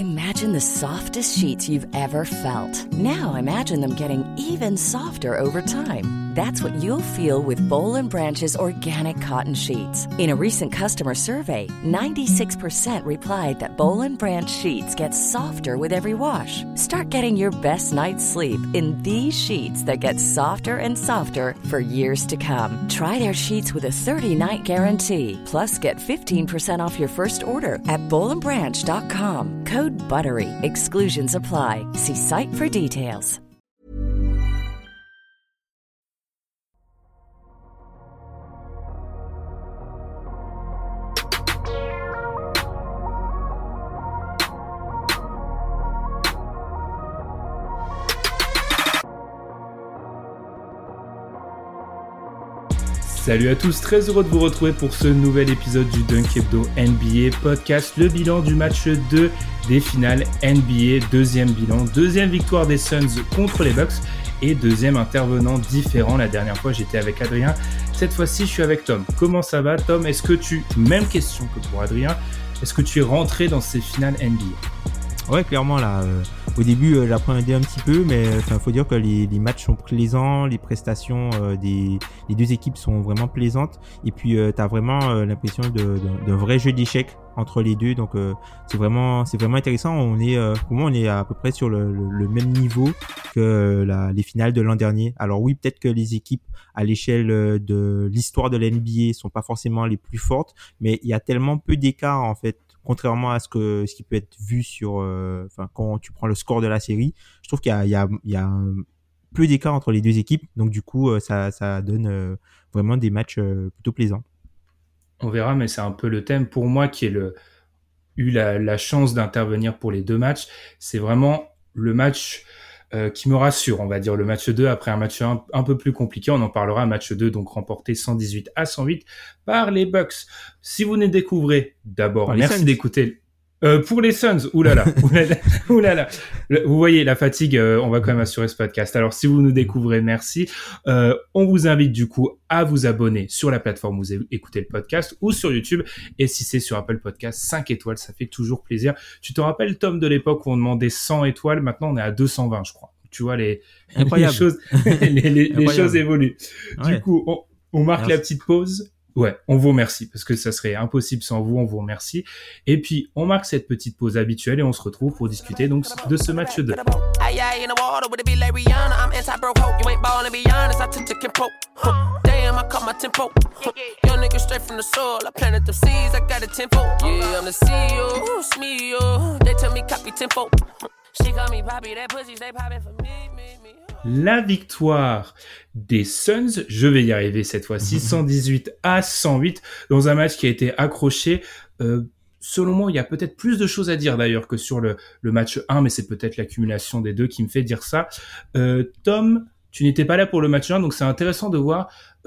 Imagine the softest sheets you've ever felt. Now imagine them getting even softer over time. That's what you'll feel with Boll & Branch's organic cotton sheets. In a recent customer survey, 96% replied that Boll & Branch sheets get softer with every wash. Start getting your best night's sleep in these sheets that get softer and softer for years to come. Try their sheets with a 30-night guarantee. Plus, get 15% off your first order at bollandbranch.com. Code BUTTERY. Exclusions apply. See site for details. Salut à tous, très heureux de vous retrouver pour ce nouvel épisode du Dunk Hebdo NBA Podcast, le bilan du match 2 des finales NBA, deuxième bilan, deuxième victoire des Suns contre les Bucks et deuxième intervenant différent. La dernière fois j'étais avec Adrien, cette fois-ci je suis avec Tom. Comment ça va Tom? Même question que pour Adrien, est-ce que tu es rentré dans ces finales NBA? Ouais, clairement là, au début j'appréhendais un petit peu, mais faut dire que les matchs sont plaisants, les prestations des deux équipes sont vraiment plaisantes, et puis t'as vraiment l'impression d'un vrai jeu d'échecs entre les deux, donc c'est vraiment intéressant. Pour moi on est à peu près sur le même niveau que les finales de l'an dernier. Alors oui, peut-être que les équipes à l'échelle de l'histoire de la NBA sont pas forcément les plus fortes, mais il y a tellement peu d'écart en fait. Contrairement à ce qui peut être vu sur, quand tu prends le score de la série, je trouve qu'il y a un peu d'écart entre les deux équipes. Donc du coup, ça donne vraiment des matchs plutôt plaisants. On verra, mais c'est un peu le thème pour moi qui ai eu la chance d'intervenir pour les deux matchs. C'est vraiment le match qui me rassure, on va dire, le match 2 après un match 1 un peu plus compliqué. On en parlera, match 2 donc remporté 118-108 par les Bucks. Si vous nous découvrez, d'abord, merci d'écouter... pour les Suns, oulala. Vous voyez, la fatigue, on va quand même assurer ce podcast. Alors, si vous nous découvrez, merci. On vous invite du coup à vous abonner sur la plateforme où vous écoutez le podcast ou sur YouTube. Et si c'est sur Apple Podcast, 5 étoiles, ça fait toujours plaisir. Tu te rappelles, Tom, de l'époque où on demandait 100 étoiles? Maintenant, on est à 220, je crois. Tu vois, les choses, les choses évoluent. Ouais. Du coup, on marque la petite pause. Ouais, on vous remercie parce que ça serait impossible sans vous, on vous remercie. Et puis, on marque cette petite pause habituelle et on se retrouve pour discuter donc de ce match 2. La victoire des Suns, je vais y arriver cette fois-ci, 118-108, dans un match qui a été accroché. Selon moi, il y a peut-être plus de choses à dire d'ailleurs que sur le match 1, mais c'est peut-être l'accumulation des deux qui me fait dire ça. Tom, tu n'étais pas là pour le match 1, donc c'est intéressant de voir,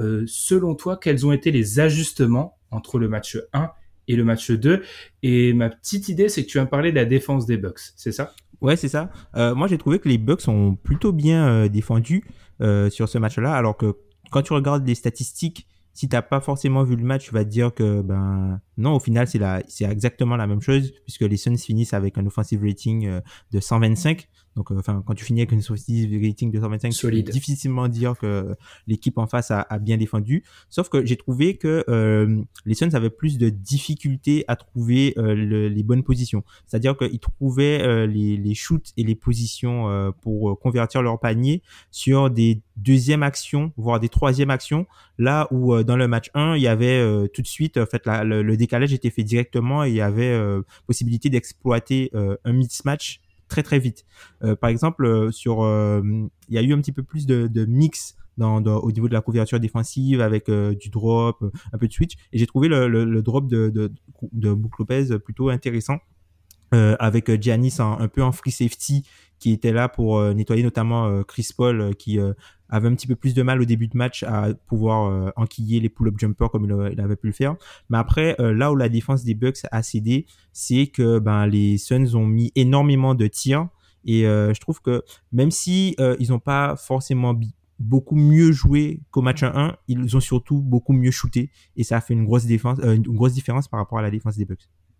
selon toi, quels ont été les ajustements entre le match 1 et le match 2. Et ma petite idée, c'est que tu vas me parler de la défense des Bucks, c'est ça? Ouais, c'est ça. Moi, j'ai trouvé que les Bucks ont plutôt bien défendu sur ce match-là, alors que quand tu regardes les statistiques, si t'as pas forcément vu le match, tu vas te dire que non, au final c'est exactement la même chose, puisque les Suns finissent avec un offensive rating de 125. Donc quand tu finis avec un offensive rating de 125, solide, tu peux difficilement dire que l'équipe en face a bien défendu. Sauf que j'ai trouvé que les Suns avaient plus de difficultés à trouver les bonnes positions. C'est-à-dire qu'ils trouvaient les shoots et les positions pour convertir leur panier sur des deuxièmes actions, voire des troisièmes actions, là où dans le match 1, il y avait tout de suite, en fait, le décalage était fait directement et il y avait possibilité d'exploiter un mismatch très très vite. Par exemple, il y a eu un petit peu plus de mix au niveau de la couverture défensive avec du drop, un peu de switch, et j'ai trouvé le drop de Brook Lopez plutôt intéressant, avec Giannis un peu en free safety qui était là pour nettoyer notamment Chris Paul qui avait un petit peu plus de mal au début de match à pouvoir enquiller les pull-up jumpers comme il avait pu le faire. Mais après, là où la défense des Bucks a cédé, c'est que les Suns ont mis énormément de tirs, et je trouve que même si ils n'ont pas forcément beaucoup mieux joué qu'au match 1, ils ont surtout beaucoup mieux shooté, et ça a fait une grosse différence par rapport à la défense des Bucks.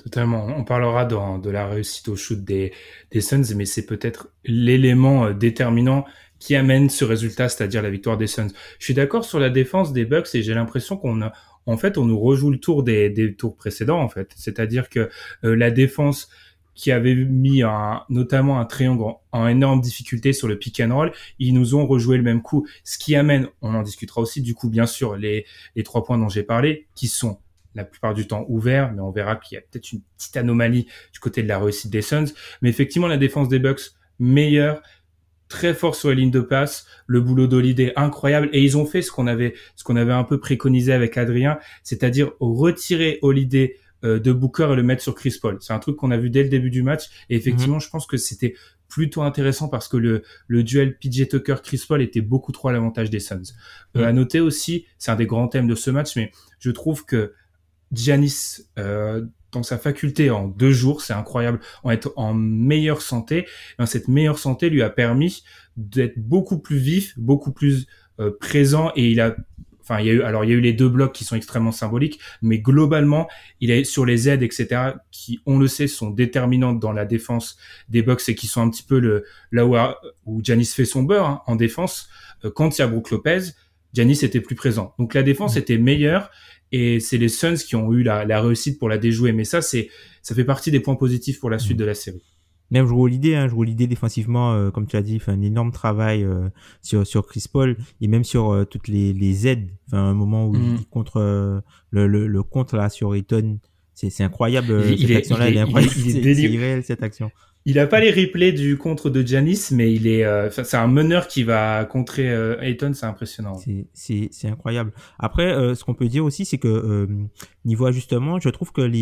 Totalement. On parlera de la réussite au shoot des Suns, mais c'est peut-être l'élément déterminant qui amène ce résultat, c'est-à-dire la victoire des Suns. Je suis d'accord sur la défense des Bucks et j'ai l'impression en fait, on nous rejoue le tour des tours précédents, en fait. C'est-à-dire que la défense qui avait mis notamment un triangle en énorme difficulté sur le pick and roll, ils nous ont rejoué le même coup. Ce qui amène, on en discutera aussi, du coup, bien sûr, les 3 points dont j'ai parlé, qui sont la plupart du temps ouverts, mais on verra qu'il y a peut-être une petite anomalie du côté de la réussite des Suns. Mais effectivement, la défense des Bucks, meilleure, très fort sur les lignes de passe, le boulot d'Holiday incroyable, et ils ont fait ce qu'on avait un peu préconisé avec Adrien, c'est-à-dire retirer Holiday de Booker et le mettre sur Chris Paul. C'est un truc qu'on a vu dès le début du match, et effectivement, je pense que c'était plutôt intéressant parce que le duel PJ Tucker-Chris Paul était beaucoup trop à l'avantage des Suns. À noter aussi, c'est un des grands thèmes de ce match, mais je trouve que Giannis, dans sa faculté en 2 jours, c'est incroyable, en être en meilleure santé. Cette meilleure santé lui a permis d'être beaucoup plus vif, beaucoup plus présent, et il y a eu les 2 blocs qui sont extrêmement symboliques, mais globalement, il est sur les aides, etc., qui, on le sait, sont déterminantes dans la défense des Bucks et qui sont un petit peu là où Giannis fait son beurre, en défense. Quand il y a Brook Lopez, Giannis était plus présent. Donc la défense était meilleure. Et c'est les Suns qui ont eu la réussite pour la déjouer. Mais ça fait partie des points positifs pour la suite de la série. Même je vois l'idée défensivement, comme tu as dit, fait un énorme travail sur Chris Paul et même sur toutes les aides. Enfin, un moment où il contre le contre là sur Ayton, c'est incroyable. Cette action-là, elle est incroyable. C'est irréel cette action. Il a pas les replays du contre de Giannis, mais il est, c'est un meneur qui va contrer Ayton, c'est impressionnant. C'est incroyable. Après, ce qu'on peut dire aussi, c'est que niveau ajustement, je trouve que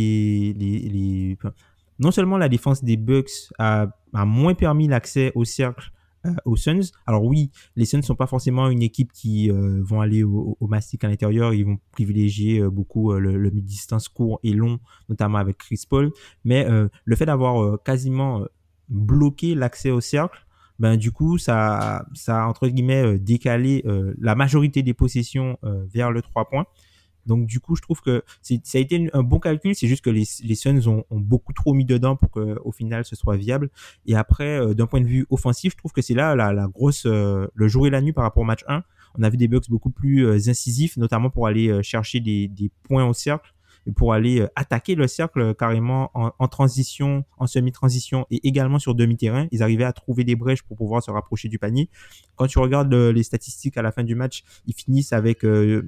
non seulement la défense des Bucks a moins permis l'accès au cercle aux Suns. Alors oui, les Suns sont pas forcément une équipe qui vont aller au mastic à l'intérieur. Ils vont privilégier beaucoup le mid-distance court et long, notamment avec Chris Paul. Mais le fait d'avoir quasiment bloqué l'accès au cercle, ben du coup ça a entre guillemets décalé la majorité des possessions vers le 3 points. Donc du coup, je trouve que ça a été un bon calcul. C'est juste que les Suns ont beaucoup trop mis dedans pour que au final ce soit viable. Et après, d'un point de vue offensif, je trouve que c'est là la grosse le jour et la nuit par rapport au match 1. On a vu des Bucks beaucoup plus incisifs, notamment pour aller chercher des points au cercle et pour aller attaquer le cercle carrément en transition, en semi-transition et également sur demi-terrain. Ils arrivaient à trouver des brèches pour pouvoir se rapprocher du panier. Quand tu regardes les statistiques à la fin du match, ils finissent avec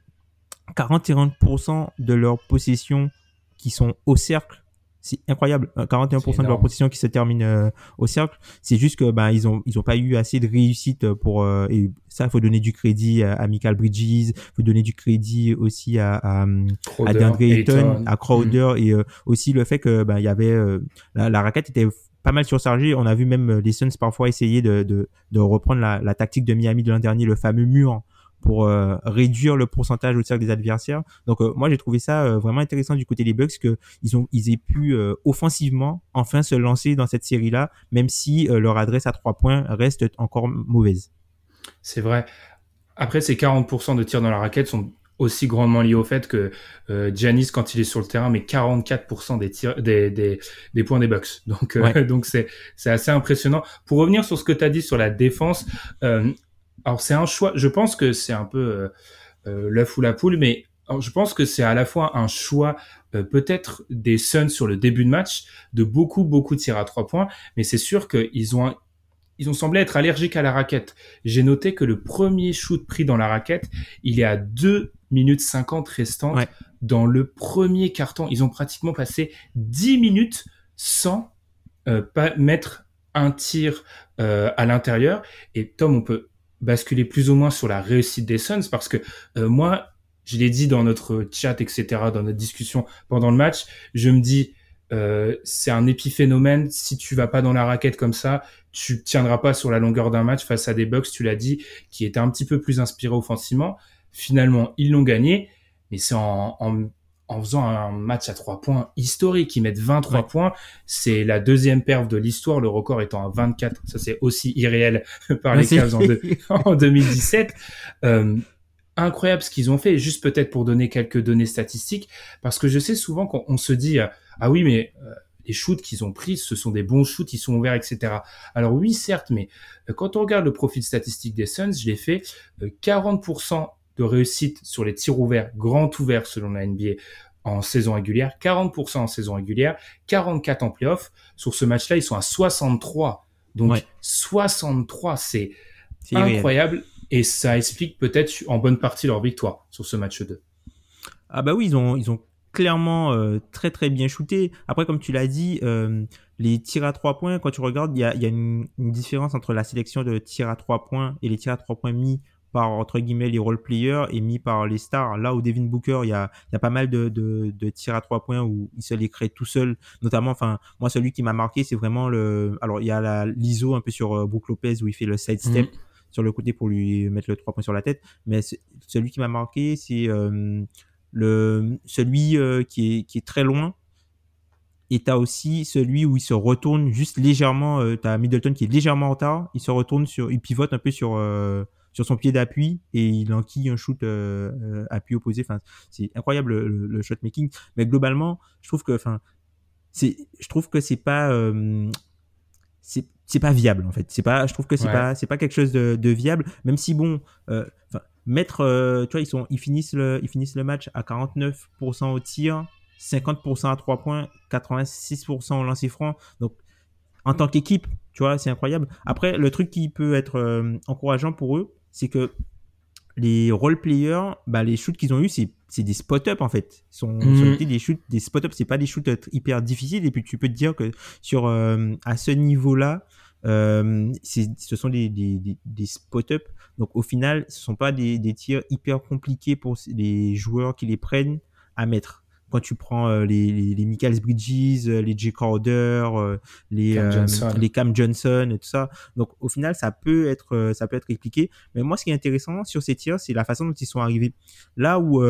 41% de leurs possessions qui sont au cercle. C'est incroyable. 41% de leurs possessions qui se terminent au cercle. C'est juste que ils ont pas eu assez de réussite pour et ça, il faut donner du crédit à Mikal Bridges, il faut donner du crédit aussi à DeAndre Ayton, à Crowder et aussi le fait que il y avait la raquette était pas mal surchargée. On a vu même les Suns parfois essayer de reprendre la tactique de Miami de l'an dernier, le fameux mur, pour réduire le pourcentage au cercle des adversaires. Donc moi j'ai trouvé ça vraiment intéressant du côté des Bucks que ils aient pu offensivement enfin se lancer dans cette série-là, même si leur adresse à 3 points reste encore mauvaise. C'est vrai. Après, ces 40% de tirs dans la raquette sont aussi grandement liés au fait que Giannis, quand il est sur le terrain, met 44% des tirs, des points des Bucks. Donc, donc c'est assez impressionnant. Pour revenir sur ce que tu as dit sur la défense, alors c'est un choix, je pense que c'est un peu l'œuf ou la poule, mais je pense que c'est à la fois un choix peut-être des Suns sur le début de match, de beaucoup de tirs à 3 points, mais c'est sûr qu'ils ont semblé être allergiques à la raquette. J'ai noté que le premier shoot pris dans la raquette, il est à 2 minutes 50 restantes dans le premier quart-temps. Ils ont pratiquement passé 10 minutes sans pas mettre un tir à l'intérieur. Et Tom, on peut basculer plus ou moins sur la réussite des Suns parce que moi, je l'ai dit dans notre chat, etc., dans notre discussion pendant le match, je me dis c'est un épiphénomène. Si tu vas pas dans la raquette comme ça, tu tiendras pas sur la longueur d'un match face à des Bucks, tu l'as dit, qui étaient un petit peu plus inspirés offensivement. Finalement, ils l'ont gagné, mais c'est en faisant un match à 3 points historique. Ils mettent 23 points. C'est la deuxième perf de l'histoire, le record étant à 24. Ça, c'est aussi irréel par les Cavs en 2017. Incroyable ce qu'ils ont fait. Juste peut-être pour donner quelques données statistiques, parce que je sais souvent qu'on se dit ah oui, mais les shoots qu'ils ont pris, ce sont des bons shoots, ils sont ouverts, etc. Alors oui, certes, mais quand on regarde le profil statistique des Suns, je l'ai fait 40% de réussite sur les tirs ouverts, grands ouverts selon la NBA en saison régulière, 40% en saison régulière, 44 en playoff. Sur ce match-là, ils sont à 63. Donc 63, c'est incroyable réel. Et ça explique peut-être en bonne partie leur victoire sur ce match 2. Ah bah oui, ils ont clairement très très bien shooté. Après, comme tu l'as dit, les tirs à 3 points, quand tu regardes, il y a une différence entre la sélection de tirs à 3 points et les tirs à 3 points mis par, entre guillemets, les role players et mis par les stars. Là où Devin Booker, il y a pas mal de tirs à 3 points où il se les crée tout seul. Notamment, enfin, moi, celui qui m'a marqué, c'est vraiment alors, il y a l'ISO un peu sur Brook Lopez où il fait le side step sur le côté pour lui mettre le 3 points sur la tête. Mais celui qui m'a marqué, c'est celui qui est très loin. Et t'as aussi celui où il se retourne juste légèrement. T'as Middleton qui est légèrement en retard. Il se retourne il pivote un peu sur son pied d'appui et il enquille un shoot appui opposé. Enfin, c'est incroyable le shot making. Mais globalement, je trouve que c'est pas c'est pas viable en fait. Je trouve que c'est pas quelque chose de viable. Même si bon, mettre, tu vois, ils finissent le match à 49% au tir, 50% à 3 points, 86% au lancer franc. Donc, en tant qu'équipe, tu vois, c'est incroyable. Après, le truc qui peut être encourageant pour eux, c'est que les role players, les shoots qu'ils ont eu, c'est des spot-up en fait. Ça a été des shoots, des spot-up, c'est pas des shoots hyper difficiles. Et puis tu peux te dire que à ce niveau-là, ce sont des spot-up. Donc au final, ce sont pas des tirs hyper compliqués pour les joueurs qui les prennent à mettre. Quand tu prends les Michael Bridges, les Jay Crowder, les Cam Johnson et tout ça. Donc au final, ça peut être expliqué. Mais moi, ce qui est intéressant sur ces tirs, c'est la façon dont ils sont arrivés. Là où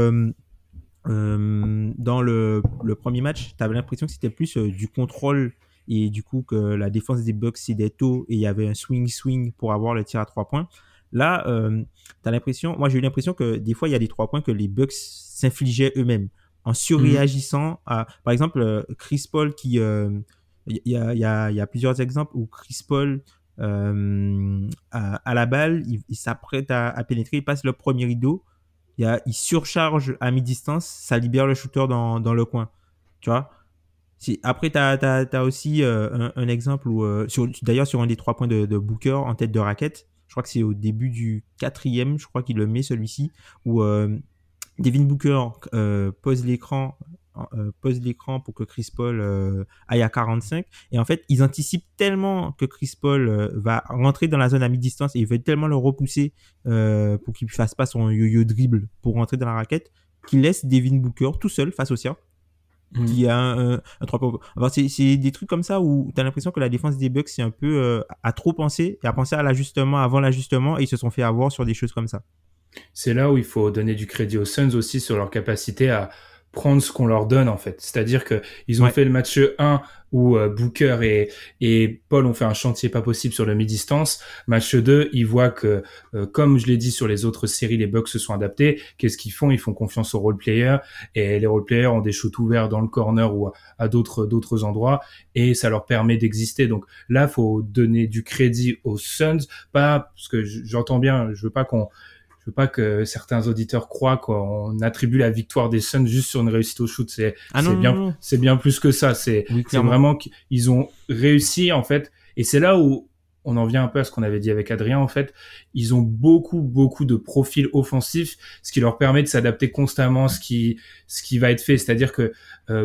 dans le premier match, tu avais l'impression que c'était plus du contrôle et du coup que la défense des Bucks cédait tôt et il y avait un swing pour avoir le tir à 3 points. Là, moi j'ai eu l'impression que des fois il y a des 3 points que les Bucks s'infligeaient eux-mêmes en surréagissant à, par exemple, Chris Paul qui, il y a plusieurs exemples où Chris Paul à la balle, il s'apprête à pénétrer, il passe le premier rideau, il surcharge à mi-distance, ça libère le shooter dans le coin, tu vois. Après, t'as aussi un exemple où, d'ailleurs sur un des 3 points de Booker en tête de raquette, je crois que c'est au début du 4e, je crois qu'il le met celui-ci, où Devin Booker pose l'écran pour que Chris Paul aille à 45 et en fait ils anticipent tellement que Chris Paul va rentrer dans la zone à mi-distance et ils veulent tellement le repousser pour qu'il ne fasse pas son yo-yo dribble pour rentrer dans la raquette qu'il laisse Devin Booker tout seul face au tir qui a un 3 points. Alors c'est des trucs comme ça où tu as l'impression que la défense des Bucks c'est un peu à trop penser et à penser à l'ajustement avant l'ajustement et ils se sont fait avoir sur des choses comme ça. C'est là où il faut donner du crédit aux Suns aussi sur leur capacité à prendre ce qu'on leur donne en fait. C'est-à-dire que ils ont fait le match 1 où Booker et Paul ont fait un chantier pas possible sur le mi-distance. Match 2, ils voient que comme je l'ai dit sur les autres séries, les Bucks se sont adaptés. Qu'est-ce qu'ils font ? Ils font confiance aux role players et les role players ont des shoots ouverts dans le corner ou à d'autres endroits et ça leur permet d'exister. Donc là, faut donner du crédit aux Suns, pas parce que j'entends bien, je veux pas que certains auditeurs croient qu'on attribue la victoire des Suns juste sur une réussite au shoot. C'est bien plus que ça. C'est vraiment qu'ils ont réussi, en fait. Et c'est là où on en vient un peu à ce qu'on avait dit avec Adrien, en fait. Ils ont beaucoup de profils offensifs, ce qui leur permet de s'adapter constamment à ce qui va être fait. C'est-à-dire que,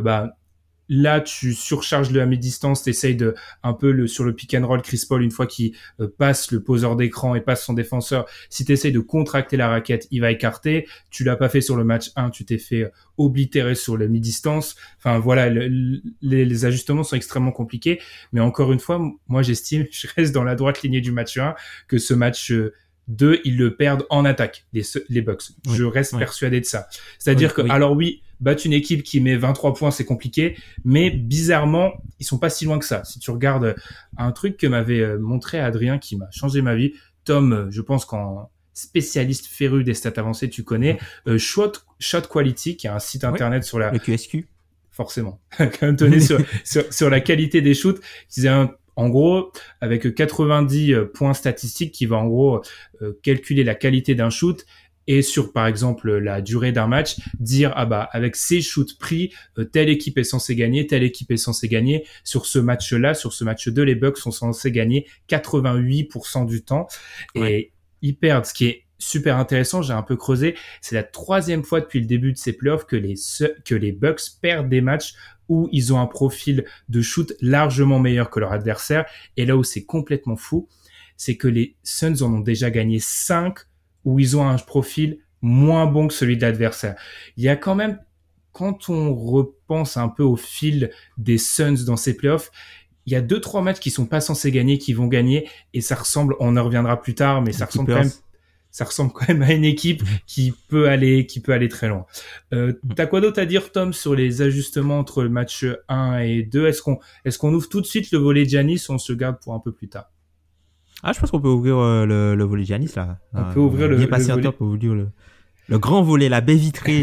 là, tu surcharges le à mi-distance, t'essayes de un peu sur le pick and roll Chris Paul une fois qu'il passe le poseur d'écran et passe son défenseur. Si t'essayes de contracter la raquette, il va écarter. Tu l'as pas fait sur le match 1, tu t'es fait oblitérer sur le mi-distance. Enfin voilà, les ajustements sont extrêmement compliqués. Mais encore une fois, moi j'estime, je reste dans la droite lignée du match 1, que ce match 2, ils le perdent en attaque, les Bucks. Je reste persuadé de ça. C'est-à-dire que, alors oui, battre une équipe qui met 23 points, c'est compliqué, mais bizarrement, ils sont pas si loin que ça. Si tu regardes un truc que m'avait montré Adrien qui m'a changé ma vie, Tom, je pense qu'en spécialiste féru des stats avancées, tu connais, Shot Quality, qui est un site internet sur la... Le QSQ. forcément. Cantonné sur la qualité des shoots. C'est en gros, avec 90 points statistiques qui va en gros calculer la qualité d'un shoot et sur par exemple la durée d'un match, dire avec ces shoots pris, telle équipe est censée gagner, telle équipe est censée gagner. Sur ce match-là, sur ce match 2, les Bucks sont censés gagner 88% du temps. Ouais. Et ils perdent. Ce qui est super intéressant, j'ai un peu creusé, c'est la 3e fois depuis le début de ces playoffs que les Bucks perdent des matchs où ils ont un profil de shoot largement meilleur que leur adversaire. Et là où c'est complètement fou, c'est que les Suns en ont déjà gagné 5 où ils ont un profil moins bon que celui de l'adversaire. Il y a quand même, quand on repense un peu au fil des Suns dans ces playoffs, il y a 2-3 matchs qui sont pas censés gagner, qui vont gagner, et ça ressemble, on en reviendra plus tard, mais ça ressemble quand même à une équipe qui peut aller très loin. T'as quoi d'autre à dire, Tom, sur les ajustements entre le match 1 et 2? Est-ce qu'on ouvre tout de suite le volet Giannis ou on se le garde pour un peu plus tard? Je pense qu'on peut ouvrir le volet Giannis, là. On peut ouvrir le volet. Pour vous dire le grand volet, la baie vitrée.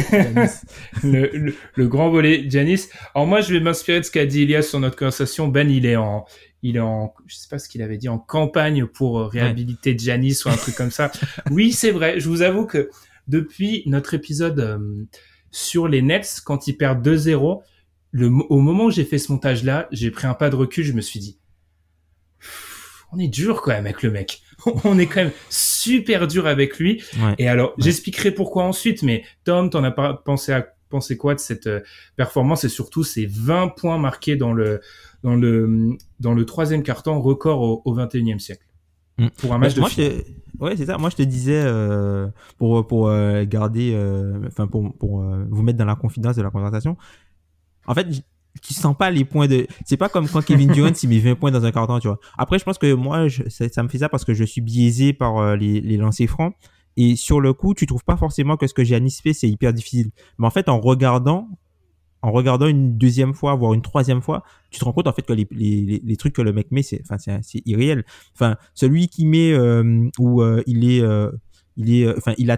le grand volet Giannis. Alors moi, je vais m'inspirer de ce qu'a dit Elias sur notre conversation. Ben, il est en, je sais pas ce qu'il avait dit, en campagne pour réhabiliter Giannis ou un truc comme ça. Oui, c'est vrai. Je vous avoue que depuis notre épisode sur les Nets, quand ils perdent 2-0, au moment où j'ai fait ce montage-là, j'ai pris un pas de recul. Je me suis dit, on est dur quand même avec le mec. On est quand même super dur avec lui. Ouais. Et alors, j'expliquerai pourquoi ensuite, mais Tom, t'en as pas pensé quoi de cette performance et surtout ces 20 points marqués dans le 3e quart-temps, record au 21e siècle. Pour un match de finale. Ouais, c'est ça. Moi, je te disais, pour garder, pour vous mettre dans la confidence de la conversation. En fait, tu sens pas les points c'est pas comme quand Kevin Durant il met 20 points dans un quart-temps, tu vois. Après, je pense que moi, ça me fait ça parce que je suis biaisé par les lancers francs. Et sur le coup, tu trouves pas forcément que ce que Giannis fait, c'est hyper difficile. Mais en fait, en regardant une 2e fois, voire une 3e fois, tu te rends compte, en fait, que les trucs que le mec met, c'est irréel. Enfin, celui qui met, il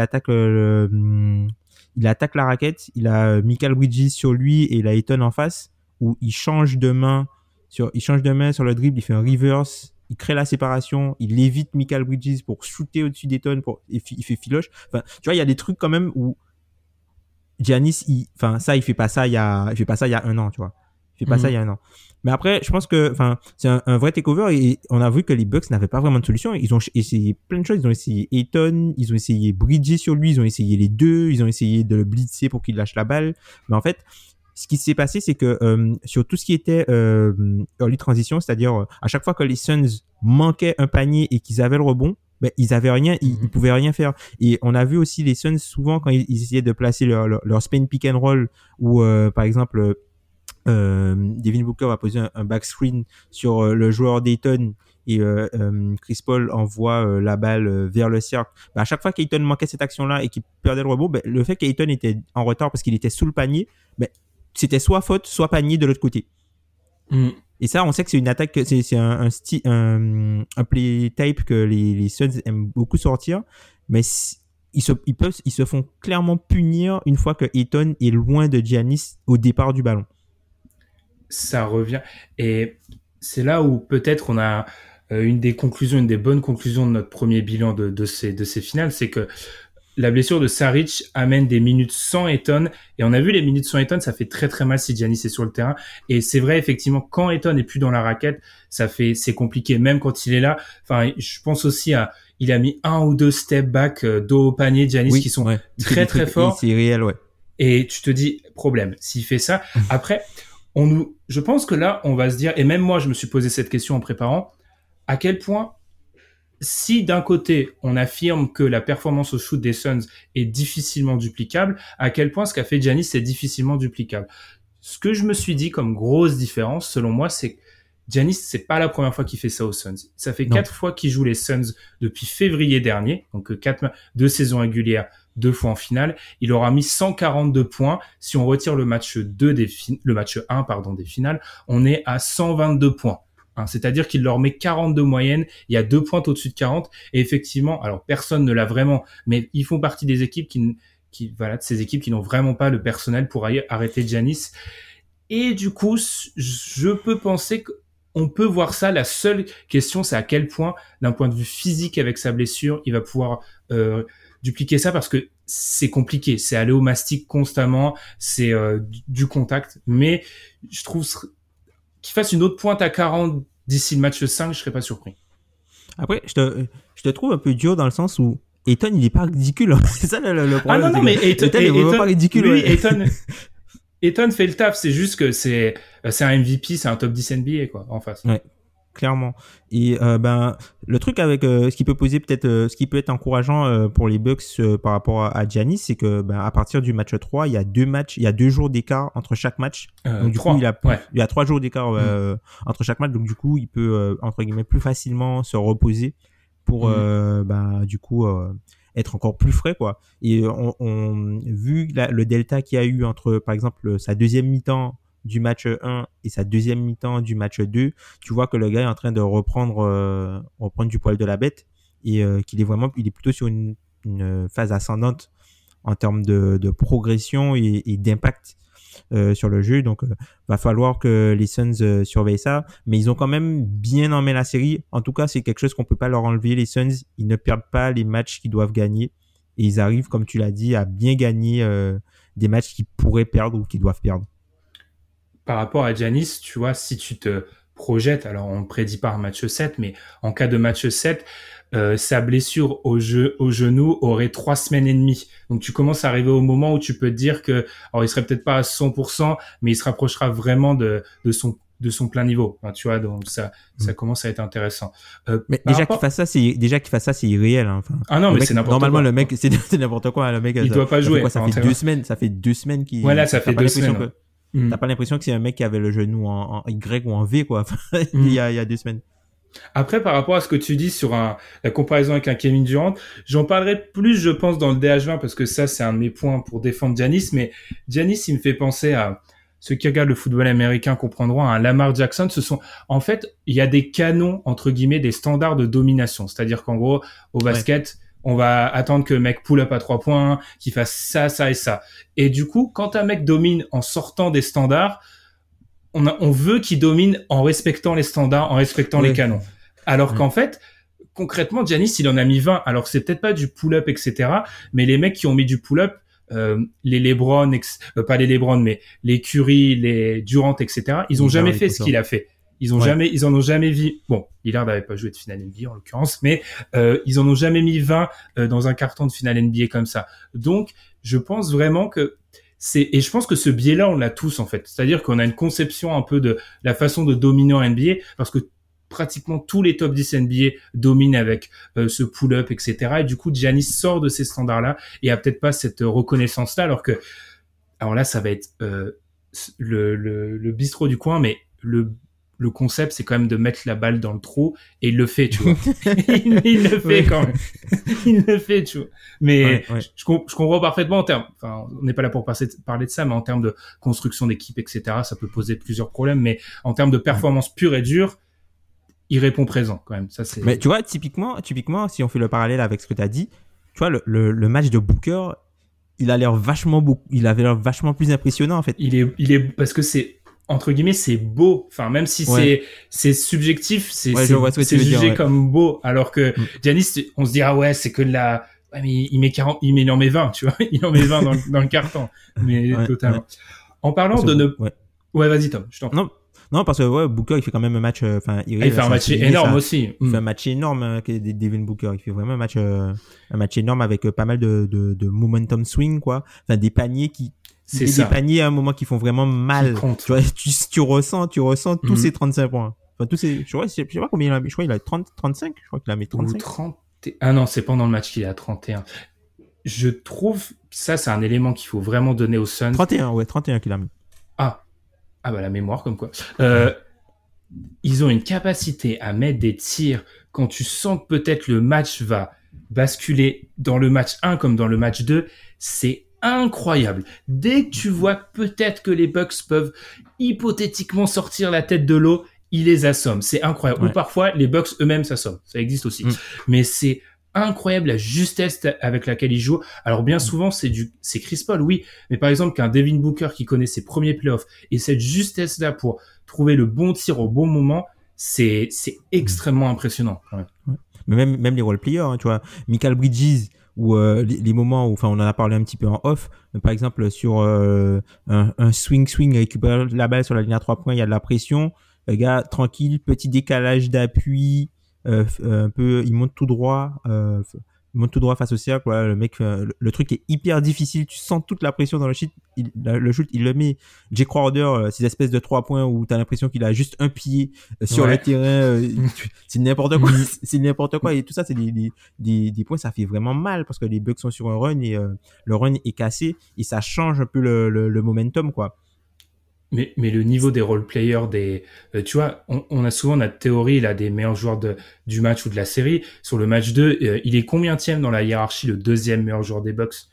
attaque la raquette, il a Mikal Bridges sur lui et il a Ayton en face, où il change de main sur le dribble, il fait un reverse, il crée la séparation, il évite Mikal Bridges pour shooter au-dessus d'Ayton, il fait filoche. Enfin, tu vois, il y a des trucs quand même où Giannis, il fait pas ça il y a 1 an, tu vois. Il fait pas ça il y a 1 an. Mais après, je pense que, c'est un vrai takeover et on a vu que les Bucks n'avaient pas vraiment de solution. Ils ont essayé plein de choses. Ils ont essayé Ayton, ils ont essayé Bridges sur lui, ils ont essayé les deux, ils ont essayé de le blitzer pour qu'il lâche la balle. Mais en fait, ce qui s'est passé, c'est que, sur tout ce qui était, early transition, c'est-à-dire, à chaque fois que les Suns manquaient un panier et qu'ils avaient le rebond, ils avaient rien, ils pouvaient rien faire. Et on a vu aussi les Suns souvent quand ils essayaient de placer leur spin pick and roll ou, par exemple, Devin Booker va poser un back screen sur le joueur d'Ayton et Chris Paul envoie la balle vers le cercle. À chaque fois qu'Ayton manquait cette action-là et qu'il perdait le rebond, le fait qu'Ayton était en retard parce qu'il était sous le panier, c'était soit faute, soit panier de l'autre côté. Et ça, on sait que c'est une attaque, c'est un play type que les Suns aiment beaucoup sortir, mais ils se font clairement punir une fois que Ayton est loin de Giannis au départ du ballon. Ça revient. Et c'est là où peut-être on a une des bonnes conclusions de notre premier bilan de ces finales, c'est que la blessure de Saric amène des minutes sans Ayton. Et on a vu les minutes sans Ayton, ça fait très très mal si Giannis est sur le terrain. Et c'est vrai, effectivement, quand Ayton est plus dans la raquette, c'est compliqué, même quand il est là. Enfin, je pense aussi il a mis 1 ou 2 step back dos au panier, Giannis, qui sont très très forts. C'est réel, ouais. Et tu te dis, problème, s'il fait ça. Après, je pense que là, on va se dire, et même moi, je me suis posé cette question en préparant, à quel point, si d'un côté, on affirme que la performance au shoot des Suns est difficilement duplicable, à quel point ce qu'a fait Giannis est difficilement duplicable. Ce que je me suis dit comme grosse différence, selon moi, c'est que Giannis, c'est pas la première fois qu'il fait ça aux Suns. Ça fait 4 fois qu'il joue les Suns depuis février dernier, donc 2 saisons régulières, 2 fois en finale. Il aura mis 142 points. Si on retire le match 1, des finales, on est à 122 points. C'est-à-dire qu'il leur met 42 moyenne. Il y a 2 points au-dessus de 40. Et effectivement, alors personne ne l'a vraiment, mais ils font partie des équipes de ces équipes qui n'ont vraiment pas le personnel pour arrêter Giannis. Et du coup, je peux penser qu'on peut voir ça. La seule question, c'est à quel point, d'un point de vue physique avec sa blessure, il va pouvoir dupliquer ça, parce que c'est compliqué. C'est aller au mastic constamment, c'est du contact. Mais je trouve qu'il fasse une autre pointe à 40 d'ici le match 5, je serais pas surpris. Après, je te trouve un peu dur dans le sens où Ayton, il est pas ridicule. C'est ça le problème. Ah non, mais Ayton il est vraiment pas ridicule. Oui, Ayton fait le taf. C'est juste que c'est un MVP, c'est un top 10 NBA, quoi, en face. Ouais, clairement. Et le truc avec ce qui peut poser peut-être, ce qui peut être encourageant pour les Bucks par rapport à Giannis, c'est que à partir du match 3, il y a 2 jours d'écart entre chaque match. Donc du 3, coup, il y a 3 jours d'écart entre chaque match. Donc du coup, il peut entre guillemets plus facilement se reposer pour du coup être encore plus frais, quoi. Et on vu le delta qu'il y a eu entre par exemple sa deuxième mi-temps du match 1 et sa deuxième mi-temps du match 2, tu vois que le gars est en train de reprendre du poil de la bête, et il est plutôt sur une phase ascendante en termes de progression et d'impact sur le jeu. Donc va falloir que les Suns surveillent ça, mais ils ont quand même bien emmené la série. En tout cas, c'est quelque chose qu'on peut pas leur enlever. Les Suns, ils ne perdent pas les matchs qu'ils doivent gagner, et ils arrivent, comme tu l'as dit, à bien gagner des matchs qu'ils pourraient perdre ou qu'ils doivent perdre. Par rapport à Giannis, tu vois, si tu te projettes, alors on ne prédit pas un match 7, mais en cas de match 7, sa blessure au genou aurait 3 semaines et demie. Donc tu commences à arriver au moment où tu peux te dire que, alors il serait peut-être pas à 100%, mais il se rapprochera vraiment de son plein niveau. Enfin, tu vois, donc ça commence à être intéressant. Mais déjà qu'il fasse ça, c'est irréel. Hein. Enfin, ah non, mais c'est n'importe quoi. Normalement, le mec, c'est n'importe quoi. Le mec, il doit pas jouer. Ça fait 2 semaines. Ça fait 2 semaines qu'il. Voilà, ça fait 2 semaines. T'as pas l'impression que c'est un mec qui avait le genou en Y ou en V, quoi. Il y a 2 semaines. Après, par rapport à ce que tu dis sur la comparaison avec un Kevin Durant, j'en parlerai plus, je pense, dans le DH20, parce que ça, c'est un de mes points pour défendre Giannis. Mais Giannis, il me fait penser à ceux qui regardent le football américain comprendront, à un Lamar Jackson. En fait, il y a des canons, entre guillemets, des standards de domination. C'est-à-dire qu'en gros, au basket, on va attendre que le mec pull up à 3 points, qu'il fasse ça, ça et ça. Et du coup, quand un mec domine en sortant des standards, on veut qu'il domine en respectant les standards, en respectant les canons. Alors qu'en fait, concrètement, Giannis, il en a mis 20. Alors c'est peut-être pas du pull-up, etc. Mais les mecs qui ont mis du pull-up, les LeBron, pas les LeBron, mais les Curry, les Durant, etc. Ils ont jamais fait ce qu'il a fait. Ils en ont jamais vu. Bon, Lillard n'avait pas joué de finale NBA en l'occurrence, mais ils en ont jamais mis 20 dans un carton de finale NBA comme ça. Donc, je pense vraiment que et je pense que ce biais-là, on l'a tous en fait. C'est-à-dire qu'on a une conception un peu de la façon de dominer en NBA, parce que pratiquement tous les top 10 NBA dominent avec ce pull-up, etc. Et du coup, Giannis sort de ces standards-là et a peut-être pas cette reconnaissance-là, alors là, ça va être le bistrot du coin, mais le concept, c'est quand même de mettre la balle dans le trou, et il le fait, tu vois. il le fait quand même. Il le fait, tu vois. Mais je comprends parfaitement en termes, enfin, on n'est pas là pour parler de ça, mais en termes de construction d'équipe, etc., ça peut poser plusieurs problèmes, mais en termes de performance pure et dure, il répond présent quand même. Ça, c'est... Mais tu vois, typiquement, si on fait le parallèle avec ce que tu as dit, tu vois, le match de Booker, il avait l'air vachement plus impressionnant, en fait. Il est, parce que c'est, entre guillemets, c'est beau. Enfin, même si c'est subjectif, c'est jugé comme beau. Alors que Giannis, on se dit, ah ouais, c'est que de la, ouais, mais il en met 20, tu vois. Il en met 20 dans le carton. Mais totalement. Ouais. En parlant ouais, vas-y, Tom, je t'en prie. Non, parce que Booker, il fait quand même un match. Il fait un match énorme aussi. Il fait un match énorme, Devin Booker. Il fait vraiment un match énorme avec pas mal de momentum swing, quoi. Enfin, des paniers des paniers à un moment qui font vraiment mal. Tu vois, tu ressens tous ces 35 points. Enfin, je sais pas combien il a mis. Je crois qu'il a 35. Je crois qu'il a mis 35. 30. Ah non, c'est pendant le match qu'il est à 31. Je trouve que ça, c'est un élément qu'il faut vraiment donner aux Suns. 31 qu'il a mis. Ah bah la mémoire comme quoi. Ils ont une capacité à mettre des tirs quand tu sens que peut-être le match va basculer dans le match 1 comme dans le match 2. C'est incroyable. Dès que tu vois peut-être que les Bucks peuvent hypothétiquement sortir la tête de l'eau, ils les assomment. C'est incroyable. Ou parfois les Bucks eux-mêmes s'assomment. Ça existe aussi. Mais c'est incroyable la justesse avec laquelle il joue. Alors bien souvent c'est Chris Paul, oui, mais par exemple qu'un Devin Booker qui connaît ses premiers playoffs et cette justesse là pour trouver le bon tir au bon moment, c'est extrêmement impressionnant quand même. Ouais. Mais même les role players, hein, tu vois, Mikal Bridges ou les moments où, enfin, on en a parlé un petit peu en off, mais par exemple sur un swing récupère la balle sur la ligne à 3 points, il y a de la pression, le gars tranquille, petit décalage d'appui, un peu, il monte tout droit face au cercle, voilà, le mec, le truc est hyper difficile, tu sens toute la pression dans le shoot, il le met. Jay Crowder, ces espèces de 3 points où t'as l'impression qu'il a juste un pied sur le terrain, c'est n'importe quoi, c'est n'importe quoi, et tout ça, c'est des points, ça fait vraiment mal, parce que les Bucks sont sur un run, et le run est cassé, et ça change un peu le momentum, quoi. Mais le niveau des role-players, tu vois, on a souvent notre théorie là des meilleurs joueurs du match ou de la série. Sur le match 2, il est combientième dans la hiérarchie, le deuxième meilleur joueur des Bucks?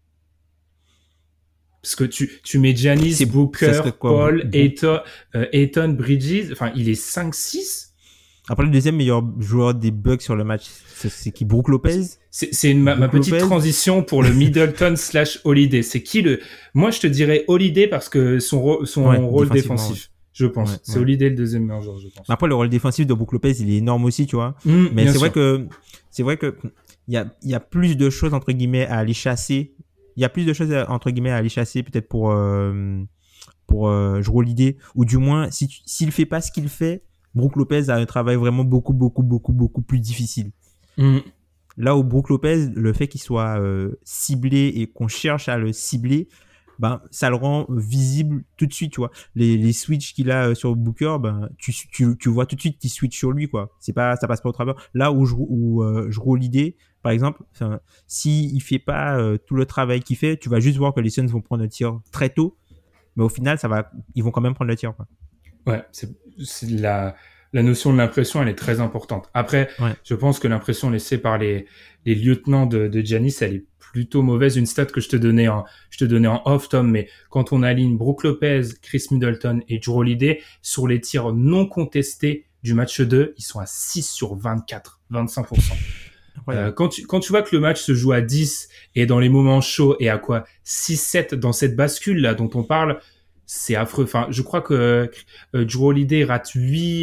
Parce que tu mets Giannis, Booker, Paul, Ayton, Bridges, enfin il est 5-6. Après, le deuxième meilleur joueur des Bucks sur le match, c'est qui? Brook Lopez? C'est ma petite transition pour le Middleton / Holiday. C'est qui moi, je te dirais Holiday parce que son rôle défensif, je pense. C'est Holiday le deuxième meilleur joueur, je pense. Après, le rôle défensif de Brook Lopez, il est énorme aussi, tu vois. Mais c'est vrai que il y a plus de choses, entre guillemets, à aller chasser. Il y a plus de choses, entre guillemets, à aller chasser, peut-être pour Jrue Holiday, ou du moins, s'il fait pas ce qu'il fait, Brook Lopez a un travail vraiment beaucoup plus difficile. Là où Brook Lopez, le fait qu'il soit ciblé et qu'on cherche à le cibler, ben ça le rend visible tout de suite, tu vois. Les switches qu'il a sur Booker, ben tu vois tout de suite qu'il switch sur lui, quoi. Ça passe pas au travers. Là où Jrue Holiday, par exemple, si il fait pas tout le travail qu'il fait, tu vas juste voir que les Suns vont prendre le tir très tôt, mais au final ils vont quand même prendre le tir, quoi. Ouais, c'est la notion de l'impression, elle est très importante. Après, je pense que l'impression laissée par les lieutenants de Giannis, elle est plutôt mauvaise. Une stat que je te donnais en off, Tom, mais quand on aligne Brook Lopez, Chris Middleton et Jrue Holiday sur les tirs non contestés du match 2, ils sont à 6 sur 24, 25%. Quand tu vois que le match se joue à 10 et dans les moments chauds et à quoi 6-7 dans cette bascule là dont on parle, c'est affreux. Enfin, je crois que Jrue Holiday rate 8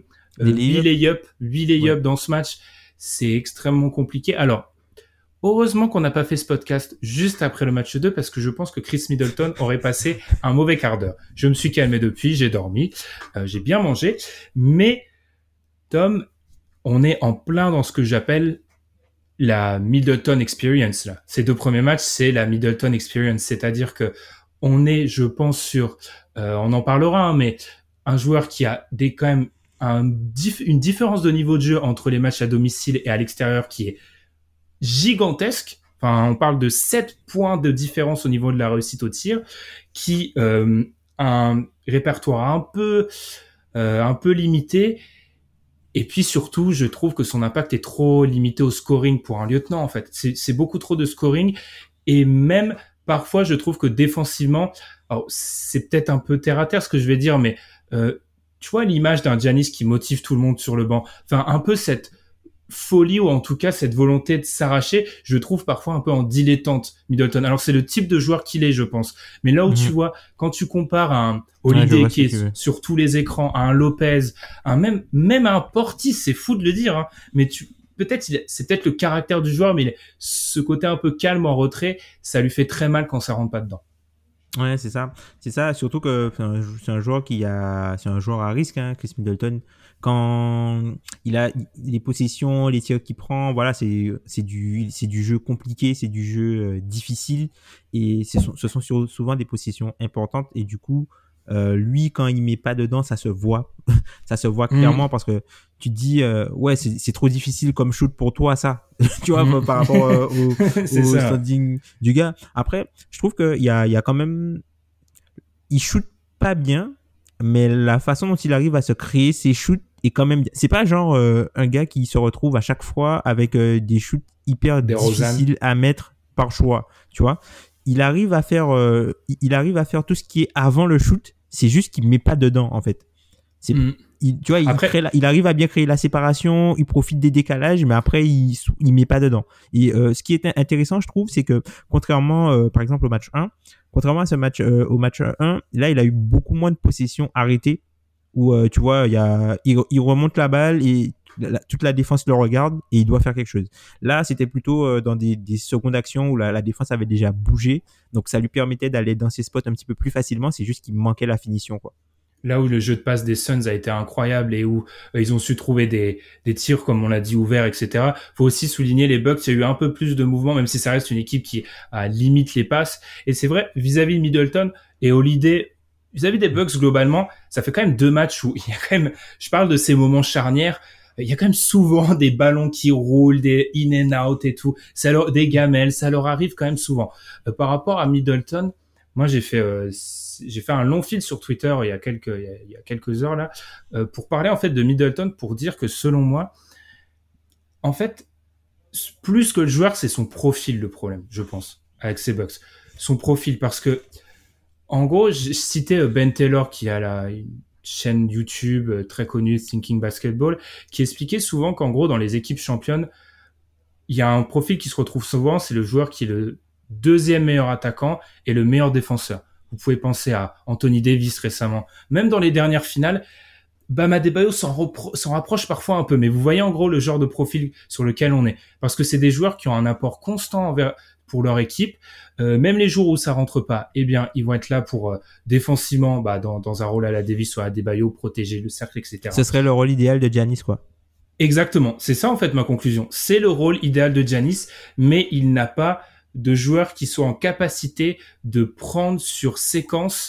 layups dans ce match. C'est extrêmement compliqué. Alors, heureusement qu'on n'a pas fait ce podcast juste après le match 2 parce que je pense que Chris Middleton aurait passé un mauvais quart d'heure. Je me suis calmé depuis, j'ai dormi, j'ai bien mangé. Mais, Tom, on est en plein dans ce que j'appelle la Middleton Experience, là. Ces 2 premiers matchs, c'est la Middleton Experience. C'est-à-dire que on est, je pense, sur, on en parlera, hein, mais un joueur qui a quand même une différence de niveau de jeu entre les matchs à domicile et à l'extérieur qui est gigantesque. Enfin, on parle de 7 points de différence au niveau de la réussite au tir, qui un répertoire un peu limité. Et puis surtout, je trouve que son impact est trop limité au scoring pour un lieutenant, en fait. C'est beaucoup trop de scoring. Et même, parfois, je trouve que défensivement, alors c'est peut-être un peu terre à terre ce que je vais dire, mais tu vois l'image d'un Giannis qui motive tout le monde sur le banc. Enfin, un peu cette folie ou en tout cas cette volonté de s'arracher, je trouve parfois un peu en dilettante Middleton. Alors c'est le type de joueur qu'il est, je pense. Mais là où tu vois, quand tu compares à un Holiday qui est sur tous les écrans, à un Lopez, même à un Portis, c'est fou de le dire, hein, mais c'est peut-être le caractère du joueur, mais ce côté un peu calme en retrait, ça lui fait très mal quand ça rentre pas dedans. Ouais, c'est ça. Surtout que c'est un joueur c'est un joueur à risque, hein, Chris Middleton. Quand il a les possessions, les tirs qu'il prend, voilà, c'est du jeu compliqué, c'est du jeu difficile, et ce sont souvent des possessions importantes, et du coup, lui, quand il met pas dedans, ça se voit, ça se voit clairement, parce que tu te dis, ouais, c'est trop difficile comme shoot pour toi, ça, tu vois, par rapport au standing du gars. Après, je trouve que il y a quand même, il shoot pas bien, mais la façon dont il arrive à se créer ses shoots est quand même bien. C'est pas genre un gars qui se retrouve à chaque fois avec des shoots hyper difficiles à mettre par choix, tu vois. Il arrive à faire tout ce qui est avant le shoot, c'est juste qu'il met pas dedans, en fait. Il tu vois, il arrive à bien créer la séparation, il profite des décalages, mais après, il met pas dedans. Et ce qui est intéressant, je trouve, c'est que contrairement, par exemple, contrairement à ce match, au match 1, là, il a eu beaucoup moins de possession arrêtée, où, tu vois, il remonte la balle et toute la défense le regarde et il doit faire quelque chose. Là, c'était plutôt dans des secondes actions où la défense avait déjà bougé, donc ça lui permettait d'aller dans ses spots un petit peu plus facilement. C'est juste qu'il manquait la finition, quoi. Là où le jeu de passe des Suns a été incroyable et où ils ont su trouver des tirs, comme on l'a dit, ouverts, etc. Faut aussi souligner les Bucks, il y a eu un peu plus de mouvement, même si ça reste une équipe qui limite les passes. Et c'est vrai, vis-à-vis de Middleton et Holiday, vis-à-vis des Bucks globalement, ça fait quand même 2 matchs où il y a quand même, je parle de ces moments charnières, il y a quand même souvent des ballons qui roulent, des in and out et tout, des gamelles, ça leur arrive quand même souvent. Par rapport à Middleton, moi j'ai fait un long fil sur Twitter il y a quelques heures là pour parler en fait de Middleton, pour dire que selon moi, en fait, plus que le joueur, c'est son profil le problème, je pense, avec ces Bucks. Son profil, parce que en gros, j'ai cité Ben Taylor qui a une chaîne YouTube très connue, Thinking Basketball, qui expliquait souvent qu'en gros, dans les équipes championnes, il y a un profil qui se retrouve souvent, c'est le joueur qui est le 2e meilleur attaquant et le meilleur défenseur. Vous pouvez penser à Anthony Davis récemment. Même dans les dernières finales, Bam Adebayo s'en rapproche parfois un peu, mais vous voyez en gros le genre de profil sur lequel on est. Parce que c'est des joueurs qui ont un apport constant pour leur équipe. Même les jours où ça rentre pas, eh bien, ils vont être là pour défensivement, dans un rôle à la Davis ou à Adebayo, protéger le cercle, etc. Ce serait le rôle idéal de Giannis, quoi. Exactement. C'est ça, en fait, ma conclusion. C'est le rôle idéal de Giannis, mais il n'a pas de joueurs qui soient en capacité de prendre sur séquence.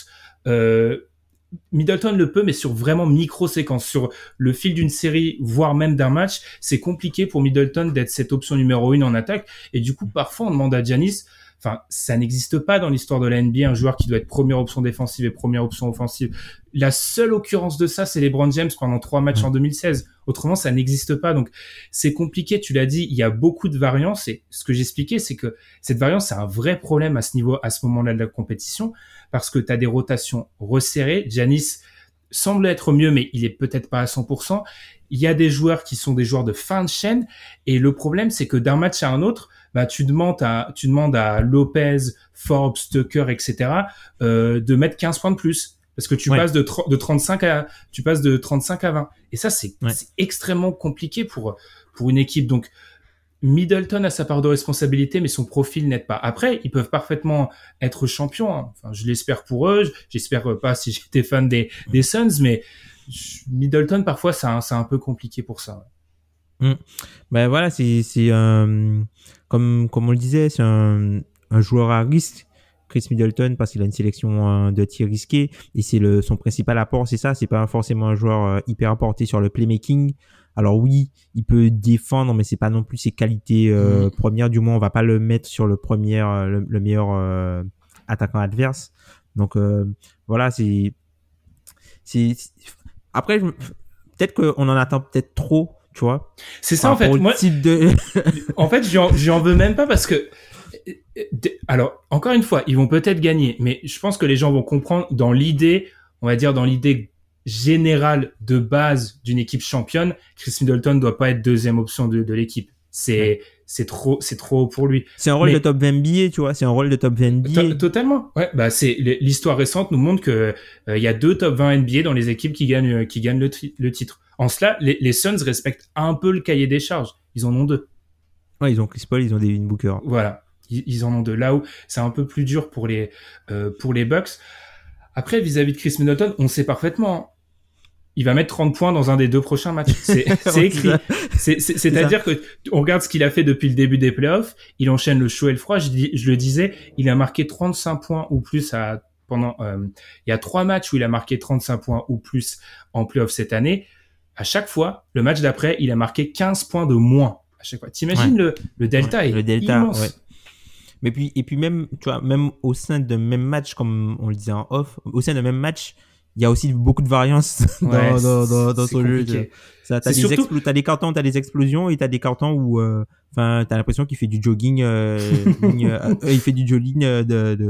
Middleton le peut, mais sur vraiment micro-séquence, sur le fil d'une série, voire même d'un match, c'est compliqué pour Middleton d'être cette option numéro 1 en attaque. Et du coup, parfois, on demande à Giannis, enfin, ça n'existe pas dans l'histoire de la NBA, un joueur qui doit être première option défensive et première option offensive. La seule occurrence de ça, c'est LeBron James pendant 3 matchs en 2016. Autrement, ça n'existe pas. Donc, c'est compliqué. Tu l'as dit, il y a beaucoup de variances. Et ce que j'expliquais, c'est que cette variance, c'est un vrai problème à ce niveau, à ce moment-là de la compétition, parce que tu as des rotations resserrées. Giannis semble être mieux, mais il est peut-être pas à 100%. Il y a des joueurs qui sont des joueurs de fin de chaîne. Et le problème, c'est que d'un match à un autre, tu demandes à Lopez, Forbes, Tucker, etc., de mettre 15 points de plus. Parce que tu passes de 35 à 20. Et ça, c'est extrêmement compliqué pour une équipe. Donc, Middleton a sa part de responsabilité, mais son profil n'aide pas. Après, ils peuvent parfaitement être champions, hein. Enfin, je l'espère pour eux. J'espère pas si j'étais fan des Suns, mais Middleton, parfois, c'est un peu compliqué pour ça. Ben voilà, c'est comme on le disait, c'est un joueur à risque, Chris Middleton, parce qu'il a une sélection de tirs risqués et c'est son principal apport, c'est ça. C'est pas forcément un joueur hyper apporté sur le playmaking. Alors oui, il peut défendre, mais c'est pas non plus ses qualités premières. Du moins, on va pas le mettre sur le meilleur attaquant adverse. Donc voilà, c'est après peut-être qu'on en attend peut-être trop, tu vois. C'est ça, en fait. Moi, en fait, j'en veux même pas, parce que, alors, encore une fois, ils vont peut-être gagner, mais je pense que les gens vont comprendre dans l'idée générale de base d'une équipe championne, Chris Middleton doit pas être 2e option de l'équipe. C'est trop haut pour lui. C'est un rôle de top 20 NBA, tu vois. C'est un rôle de top 20 NBA. Totalement. Ouais, l'histoire récente nous montre que il y a 2 top 20 NBA dans les équipes qui gagnent le titre. En cela, les Suns respectent un peu le cahier des charges. Ils en ont 2. Ouais, ils ont Chris Paul, ils ont Devin Booker. Voilà. Ils en ont 2. Là où c'est un peu plus dur pour les Bucks. Après, vis-à-vis de Chris Middleton, on sait parfaitement, il va mettre 30 points dans un des 2 prochains matchs. C'est écrit. C'est-à-dire que on regarde ce qu'il a fait depuis le début des playoffs. Il enchaîne le chaud et le froid. Je le disais, il a marqué 35 points ou plus il y a 3 matchs où il a marqué 35 points ou plus en playoffs cette année. À chaque fois, le match d'après, il a marqué 15 points de moins. À chaque fois. T'imagines le delta est immense. Ouais. Mais puis même, tu vois, même au sein d'un même match, comme on le disait en off, au sein d'un même match, il y a aussi beaucoup de variance dans son jeu. T'as des cartons, t'as des explosions, et t'as des cartons où, t'as l'impression qu'il fait du jogging, il fait du jogging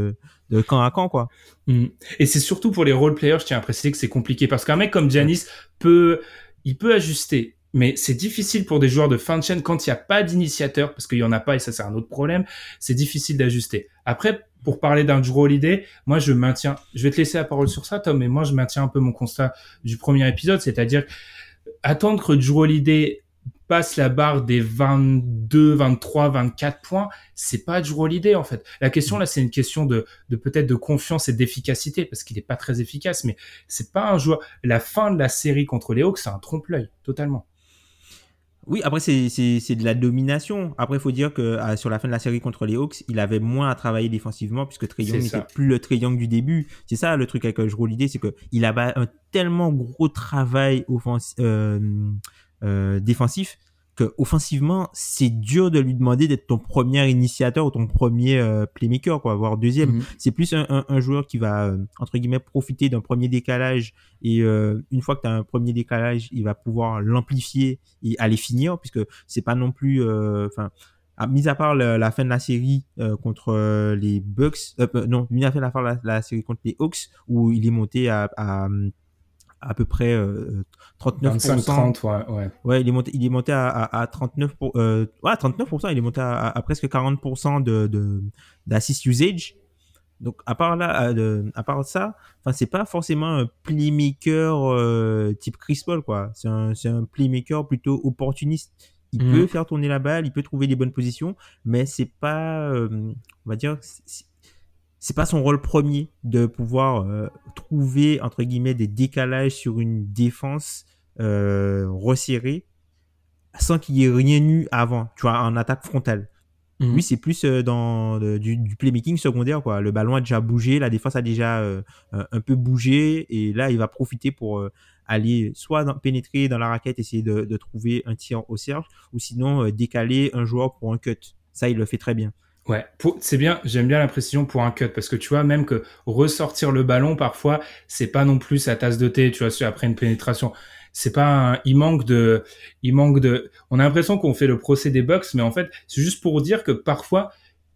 de camp à camp, quoi. Et c'est surtout pour les role players, je tiens à préciser que c'est compliqué parce qu'un mec comme Giannis il peut ajuster. Mais c'est difficile pour des joueurs de fin de chaîne quand il n'y a pas d'initiateur, parce qu'il y en a pas et ça c'est un autre problème. C'est difficile d'ajuster. Après, pour parler d'un Jrue Holiday, moi je vais te laisser la parole sur ça, Tom, mais moi je maintiens un peu mon constat du premier épisode, c'est-à-dire attendre que Jrue Holiday passe la barre des 22, 23, 24 points, c'est pas Jrue Holiday en fait. La question là, c'est une question de peut-être de confiance et d'efficacité, parce qu'il est pas très efficace, mais c'est pas un joueur. La fin de la série contre les Hawks, c'est un trompe-l'œil, totalement. Oui, après, c'est de la domination. Après, il faut dire que sur la fin de la série contre les Hawks, il avait moins à travailler défensivement puisque Trae Young n'était plus le Trae Young du début. C'est ça le truc avec Jrue Holiday, c'est qu'il avait un tellement gros travail défensif que offensivement, c'est dur de lui demander d'être ton premier initiateur ou ton premier playmaker, quoi, voire deuxième. C'est plus un joueur qui va, entre guillemets, profiter d'un premier décalage et une fois que tu as un premier décalage, il va pouvoir l'amplifier et aller finir, puisque c'est pas non plus... mis à part la fin de la série contre les Bucks, mis à part la série contre les Hawks, où il est monté à peu près 39%. 25-30, ouais. Ouais, il est monté à 39 39%, il est monté à presque 40% d'assist usage. Donc à part ça, enfin c'est pas forcément un playmaker type Chris Paul, quoi. C'est un playmaker plutôt opportuniste. Il peut faire tourner la balle, il peut trouver les bonnes positions, mais c'est pas on va dire c'est pas son rôle premier de pouvoir trouver entre guillemets des décalages sur une défense resserrée sans qu'il y ait rien eu avant, tu vois, en attaque frontale. Oui, c'est plus du playmaking secondaire, quoi. Le ballon a déjà bougé, la défense a déjà un peu bougé, et là il va profiter pour aller soit pénétrer dans la raquette, essayer de trouver un tir au cercle, ou sinon décaler un joueur pour un cut. Ça, il le fait très bien. Ouais, c'est bien, j'aime bien la précision pour un cut, parce que tu vois, même que ressortir le ballon, parfois, c'est pas non plus sa tasse de thé, tu vois, après une pénétration. C'est pas il manque de, on a l'impression qu'on fait le procès des Bucks, mais en fait, c'est juste pour dire que parfois,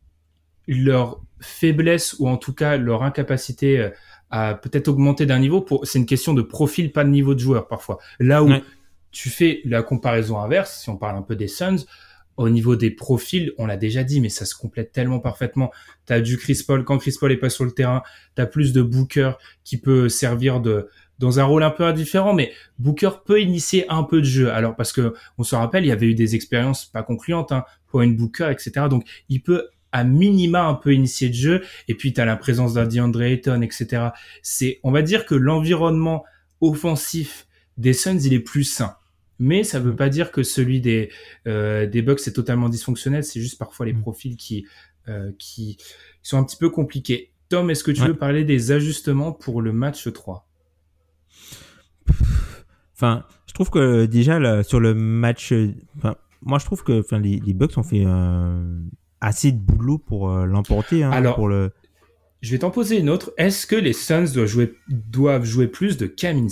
leur faiblesse, ou en tout cas, leur incapacité à peut-être augmenter d'un niveau, c'est une question de profil, pas de niveau de joueur, parfois. Là où tu fais la comparaison inverse, si on parle un peu des Suns, au niveau des profils, on l'a déjà dit, mais ça se complète tellement parfaitement. T'as du Chris Paul, quand Chris Paul est pas sur le terrain, t'as plus de Booker qui peut servir dans un rôle un peu indifférent, mais Booker peut initier un peu de jeu. Alors, parce que, on se rappelle, il y avait eu des expériences pas concluantes, pour une Booker, etc. Donc, il peut, à minima, un peu initier de jeu. Et puis, t'as la présence d'un DeAndre Ayton, etc. On va dire que l'environnement offensif des Suns, il est plus sain. Mais ça veut pas dire que celui des Bucks est totalement dysfonctionnel. C'est juste parfois les profils qui sont un petit peu compliqués. Tom, est-ce que tu veux parler des ajustements pour le match 3 ? Enfin, je trouve que déjà là, sur le match, moi je trouve que les Bucks ont fait assez de boulot pour l'emporter. Alors, je vais t'en poser une autre. Est-ce que les Suns doivent jouer plus de Kaminsky ?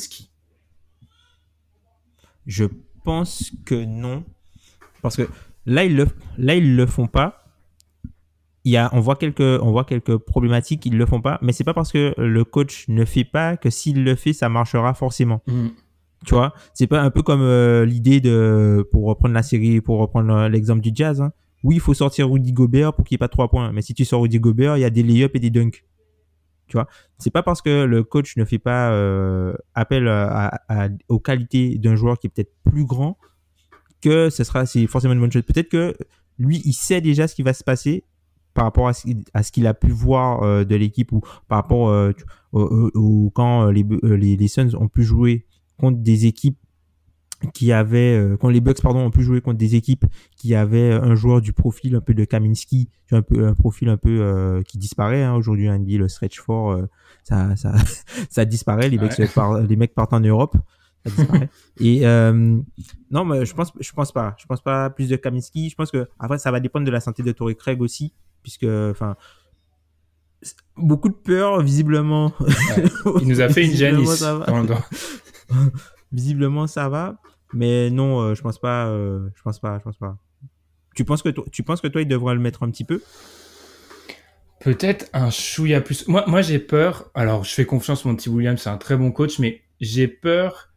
Je pense que non, parce que là ils le font pas. On voit quelques problématiques, ils le font pas, mais c'est pas parce que le coach ne fait pas que s'il le fait, ça marchera forcément. Tu vois, c'est pas un peu comme l'idée pour reprendre l'exemple du Jazz. Oui, il faut sortir Rudy Gobert pour qu'il n'y ait pas de 3 points, mais si tu sors Rudy Gobert, il y a des lay-ups et des dunks. Tu vois, c'est pas parce que le coach ne fait pas appel aux qualités d'un joueur qui est peut-être plus grand que c'est forcément une bonne chose. Peut-être que lui, il sait déjà ce qui va se passer par rapport à ce qu'il a pu voir de l'équipe, ou par rapport quand les Suns ont pu jouer contre des équipes quand les Bucks ont pu jouer contre des équipes qui avaient un joueur du profil un peu de Kaminsky, un profil un peu qui disparaît aujourd'hui en NBA, le stretch 4 ça disparaît, les mecs partent en Europe, ça disparaît. Et non, mais je pense pas plus de Kaminsky. Je pense que après ça va dépendre de la santé de Torrey Craig aussi, puisque beaucoup de peur visiblement. Il nous a fait une Giannis. Visiblement ça va, mais non, je pense pas. Tu penses que toi il devrait le mettre un petit peu? Peut-être un chouïa plus. Moi, j'ai peur. Alors, je fais confiance à Monty Williams, c'est un très bon coach, mais j'ai peur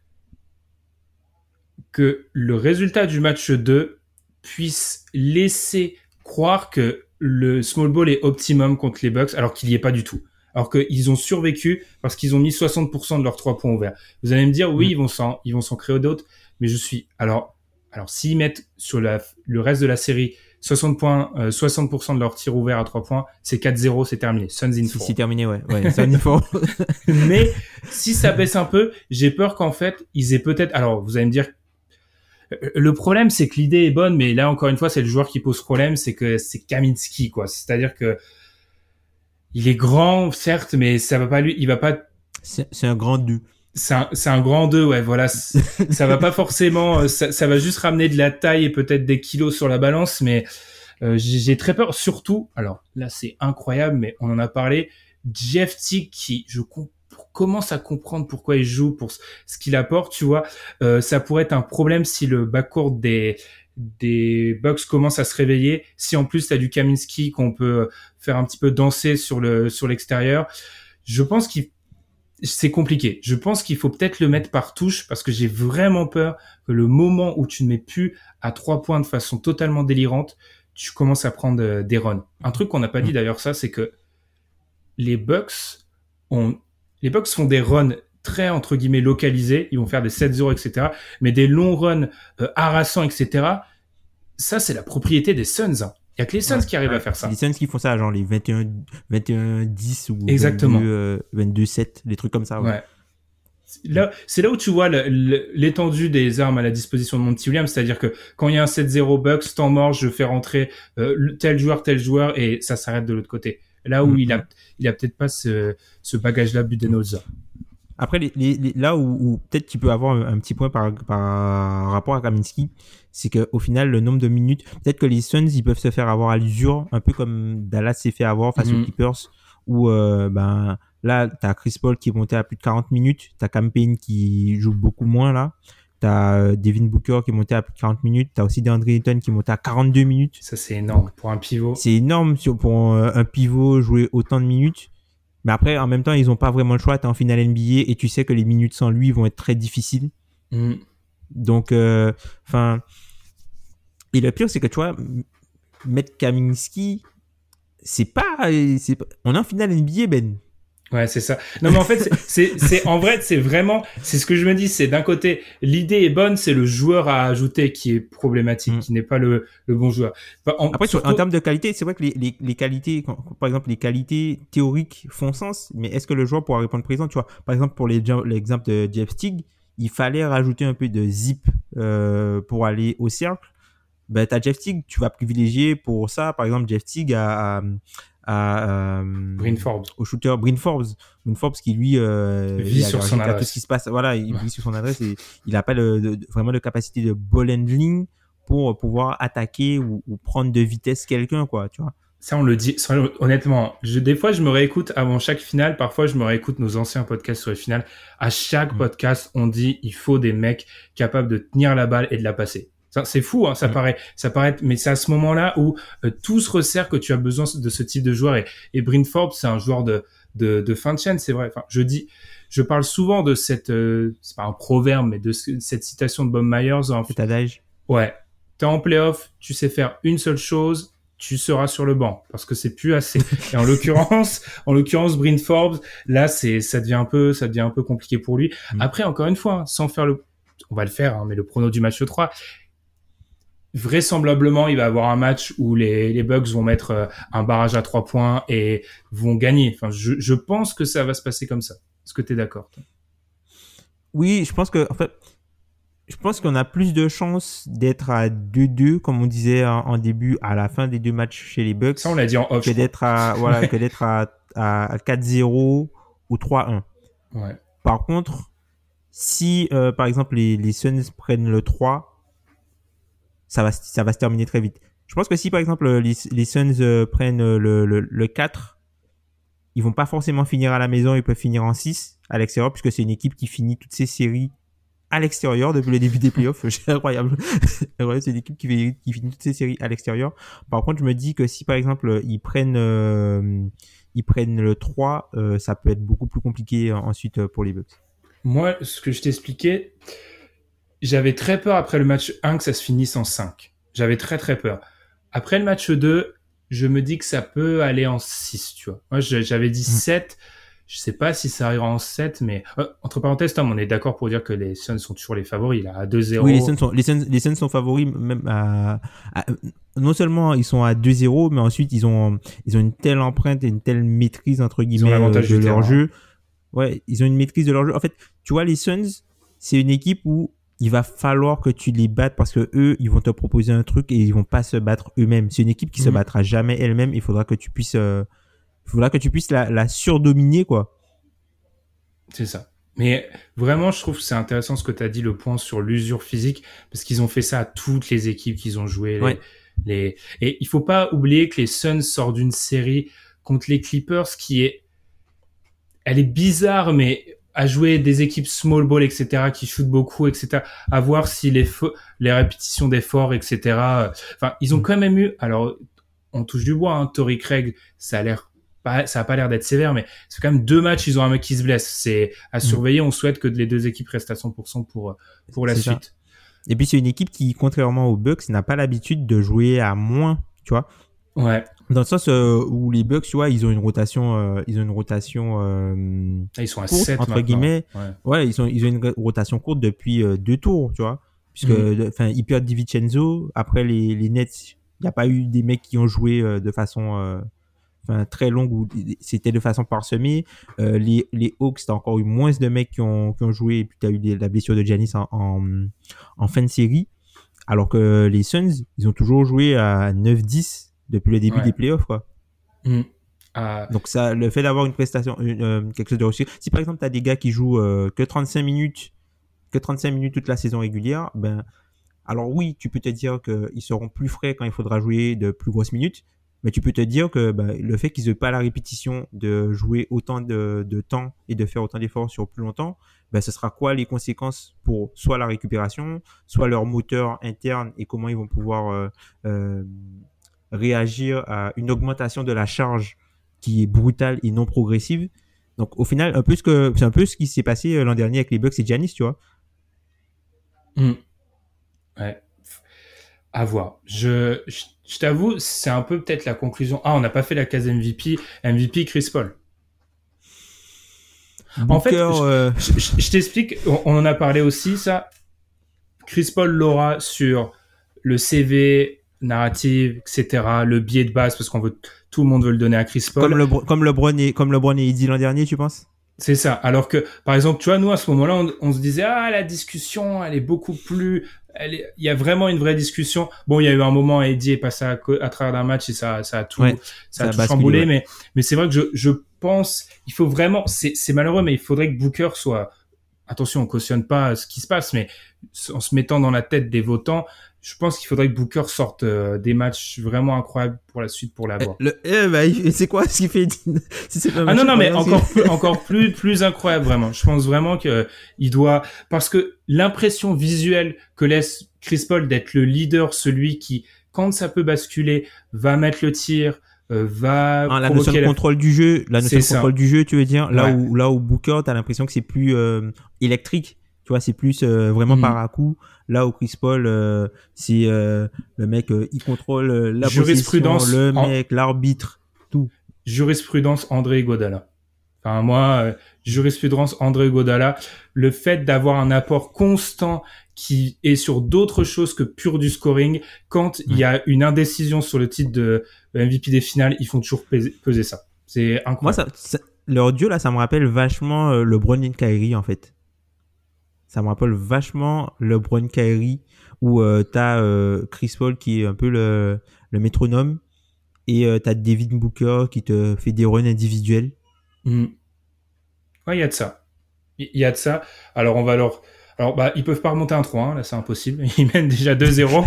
que le résultat du match 2 puisse laisser croire que le small ball est optimum contre les Bucks, alors qu'il n'y est pas du tout. Alors qu'ils ont survécu parce qu'ils ont mis 60% de leurs 3 points ouverts. Vous allez me dire, oui, ils vont s'en créer d'autres, mais alors s'ils mettent sur le reste de la série 60 points, 60% de leurs tirs ouverts à 3 points, c'est 4-0, c'est terminé. Suns in 4. C'est terminé, ouais. Suns in 4. Mais si ça baisse un peu, j'ai peur qu'en fait, ils aient peut-être, alors vous allez me dire, le problème, c'est que l'idée est bonne, mais là, encore une fois, c'est le joueur qui pose problème, c'est que c'est Kaminsky, quoi. C'est-à-dire que il est grand, certes, mais ça va pas lui, il va pas. C'est un grand 2. C'est un grand 2, ouais, voilà. Ça va pas forcément, ça va juste ramener de la taille et peut-être des kilos sur la balance, mais j'ai très peur. Surtout, alors là, c'est incroyable, mais on en a parlé. Jeff Teague, qui, commence à comprendre pourquoi il joue, pour ce qu'il apporte, tu vois. Ça pourrait être un problème si le backcourt des Bucks commence à se réveiller. Si en plus t'as du Kaminsky qu'on peut faire un petit peu danser sur l'extérieur, je pense c'est compliqué. Je pense qu'il faut peut-être le mettre par touche parce que j'ai vraiment peur que le moment où tu ne mets plus à 3 points de façon totalement délirante, tu commences à prendre des runs. Un truc qu'on n'a pas dit d'ailleurs, ça, c'est que les Bucks font des runs très, entre guillemets, localisés. Ils vont faire des 7-0, etc. Mais des longs runs harassants, etc. Ça, c'est la propriété des Suns. Il y a que les Suns qui arrivent à faire ça. Les Suns qui font ça, genre les 21-10 ou exactement. 22-7, des trucs comme ça. Ouais. Là, c'est là où tu vois l'étendue des armes à la disposition de Monty Williams, c'est-à-dire que quand il y a un 7-0 Bucks, temps mort, je fais rentrer tel joueur, et ça s'arrête de l'autre côté. Là où il a peut-être pas ce bagage-là Budenholzer. Après, là où peut-être tu peux avoir un petit point par rapport à Kaminsky, c'est qu'au final, le nombre de minutes, peut-être que les Suns, ils peuvent se faire avoir à l'usure, un peu comme Dallas s'est fait avoir face aux Clippers, où là, t'as Chris Paul qui est monté à plus de 40 minutes, t'as Cam Payne qui joue beaucoup moins là, t'as Devin Booker qui est monté à plus de 40 minutes, t'as aussi DeAndre Ayton qui est monté à 42 minutes. Ça, c'est énorme pour un pivot. C'est énorme pour un pivot jouer autant de minutes. Mais après, en même temps, ils ont pas vraiment le choix. T'es en finale NBA et tu sais que les minutes sans lui vont être très difficiles. Donc, et le pire, c'est que tu vois, mettre Kaminsky, on est en finale NBA, Ben. Ouais, c'est ça. Non, mais en fait, c'est en vrai, c'est ce que je me dis, c'est d'un côté, l'idée est bonne, c'est le joueur à ajouter qui est problématique, qui n'est pas le bon joueur. Après, en termes de qualité, c'est vrai que les qualités, par exemple, les qualités théoriques font sens, mais est-ce que le joueur pourra répondre présent, tu vois? Par exemple, pour l'exemple de Jeff Teague, il fallait rajouter un peu de zip, pour aller au cercle. Ben, t'as Jeff Teague, tu vas privilégier pour ça, par exemple, Jeff Teague Bryn Forbes. Au shooter Bryn Forbes qui lui vit sur son adresse. Tout ce qui se passe, voilà, il vit sur son adresse et il a pas vraiment de capacité de ball handling pour pouvoir attaquer ou prendre de vitesse quelqu'un, quoi, tu vois. Ça, on le dit, honnêtement, des fois, je me réécoute avant chaque finale. Parfois, je me réécoute nos anciens podcasts sur les finales. À chaque podcast, on dit, il faut des mecs capables de tenir la balle et de la passer. C'est fou, hein, ça paraît, mais c'est à ce moment-là où tout se resserre que tu as besoin de ce type de joueur. Et Bryn Forbes, c'est un joueur de fin de chaîne, c'est vrai. Enfin, je parle souvent de c'est pas un proverbe, mais de cette citation de Bob Myers. C'est adage. Ouais. T'es en playoff, tu sais faire une seule chose, tu seras sur le banc parce que c'est plus assez. Et en l'occurrence, Bryn Forbes, là, ça devient un peu compliqué pour lui. Après, encore une fois, sans faire on va le faire, hein, mais le prono du match 3, vraisemblablement, il va avoir un match où les Bucks vont mettre un barrage à 3 points et vont gagner. Enfin, je pense que ça va se passer comme ça. Est-ce que t'es d'accord, toi? Oui, je pense qu'on a plus de chances d'être à 2-2, comme on disait en début, à la fin des deux matchs chez les Bucks. Ça, on l'a dit en off. Que d'être à 4-0 ou 3-1. Ouais. Par contre, si, par exemple, les Suns prennent le 3, ça va se terminer très vite. Je pense que si, par exemple, les Suns prennent le 4, ils vont pas forcément finir à la maison, ils peuvent finir en 6 à l'extérieur, puisque c'est une équipe qui finit toutes ses séries à l'extérieur depuis le début des playoffs. C'est incroyable. C'est une équipe qui finit toutes ses séries à l'extérieur. Par contre, je me dis que si par exemple ils prennent le 3, ça peut être beaucoup plus compliqué ensuite pour les Bucks. Moi, ce que je t'expliquais, j'avais très peur après le match 1 que ça se finisse en 5. J'avais très très peur. Après le match 2, je me dis que ça peut aller en 6, tu vois. Moi, j'avais dit 7. Je sais pas si ça arrivera en 7, mais entre parenthèses, Tom, on est d'accord pour dire que les Suns sont toujours les favoris, là, à 2-0. Oui, les Suns sont favoris, même non seulement ils sont à 2-0, mais ensuite ils ont une telle empreinte et une telle maîtrise, entre guillemets, de leur jeu. Ouais, ils ont une maîtrise de leur jeu. En fait, tu vois, les Suns, c'est une équipe où il va falloir que tu les battes parce que eux, ils vont te proposer un truc et ils vont pas se battre eux-mêmes. C'est une équipe qui se battra jamais elle-même. Il faudra que tu puisses la surdominer, quoi. C'est ça. Mais vraiment, je trouve que c'est intéressant ce que tu as dit, le point sur l'usure physique, parce qu'ils ont fait ça à toutes les équipes qu'ils ont joué. Ouais. Et il faut pas oublier que les Suns sortent d'une série contre les Clippers elle est bizarre, mais à jouer des équipes small ball, etc., qui shootent beaucoup, etc., à voir si les répétitions d'efforts, etc., enfin, ils ont quand même eu, alors, on touche du bois, hein, Torrey Craig, ça a pas l'air d'être sévère, mais c'est quand même 2 matchs, ils ont un mec qui se blesse. C'est à surveiller. On souhaite que les 2 équipes restent à 100% pour la suite. Ça. Et puis, c'est une équipe qui, contrairement aux Bucks, n'a pas l'habitude de jouer à moins, tu vois. Ouais. Dans le sens où les Bucks, tu vois, ils ont une rotation, ils sont à courte, 7 entre guillemets. Ouais, ils ont une rotation courte depuis 2 tours, tu vois. Puisque, ils perdent DiVincenzo. Après les Nets, il n'y a pas eu des mecs qui ont joué de façon, très longue où c'était de façon parsemée. Les Hawks, t'as encore eu moins de mecs qui ont joué, et puis t'as eu la blessure de Giannis en fin de série. Alors que les Suns, ils ont toujours joué à 9-10 depuis le début des playoffs, quoi. Donc ça, le fait d'avoir une prestation, quelque chose de réussi. Si par exemple t'as des gars qui jouent que 35 minutes toute la saison régulière, alors oui, tu peux te dire qu'ils seront plus frais quand il faudra jouer de plus grosses minutes, mais tu peux te dire que le fait qu'ils n'aient pas la répétition de jouer autant de temps et de faire autant d'efforts sur plus longtemps, ce sera quoi les conséquences pour soit la récupération, soit leur moteur interne et comment ils vont pouvoir réagir à une augmentation de la charge qui est brutale et non progressive. Donc au final, c'est un peu ce qui s'est passé l'an dernier avec les Bucks et Giannis, tu vois. Ouais. À voir. Je t'avoue, c'est un peu peut-être la conclusion. On n'a pas fait la case MVP. MVP Chris Paul. En fait, je t'explique. On en a parlé aussi, ça. Chris Paul l'aura sur le CV, narrative, etc., le biais de base, parce tout le monde veut le donner à Chris Paul. Comme LeBron et Eddie l'an dernier, tu penses? C'est ça. Alors que, par exemple, tu vois, nous, à ce moment-là, on se disait, la discussion, elle est beaucoup plus, il y a vraiment une vraie discussion. Bon, il y a eu un moment, Eddie est passé à travers d'un match et ça a tout chamboulé, mais c'est vrai que je pense, il faut vraiment, c'est malheureux, mais il faudrait que Booker soit, attention, on cautionne pas ce qui se passe, mais en se mettant dans la tête des votants, je pense qu'il faudrait que Booker sorte des matchs vraiment incroyables pour la suite pour l'avoir. C'est quoi ce qu'il fait? Si c'est pas non, mais encore plus incroyable, vraiment. Je pense vraiment que il doit, parce que l'impression visuelle que laisse Chris Paul d'être le leader, celui qui, quand ça peut basculer, va mettre le tir, va la notion de contrôle du jeu, du jeu, tu veux dire, là où Booker, t'as l'impression que c'est plus électrique, tu vois, c'est plus vraiment par à coup. Là où Chris Paul, c'est le mec, il contrôle la possession, le mec, l'arbitre, tout. Jurisprudence André Iguodala. Enfin, moi, jurisprudence André Iguodala, le fait d'avoir un apport constant qui est sur d'autres choses que pur du scoring, quand il y a une indécision sur le titre de MVP des finales, ils font toujours peser ça. C'est incroyable. Moi, leur duo, là, ça me rappelle vachement LeBron et Kyrie, en fait. Ça me rappelle vachement LeBron Kyrie, où t'as Chris Paul qui est un peu le métronome, et t'as Devin Booker qui te fait des runs individuels. Ouais, il y a de ça. Il y a de ça. Alors, ils peuvent pas remonter un 3, là, c'est impossible. Ils mènent déjà 2-0.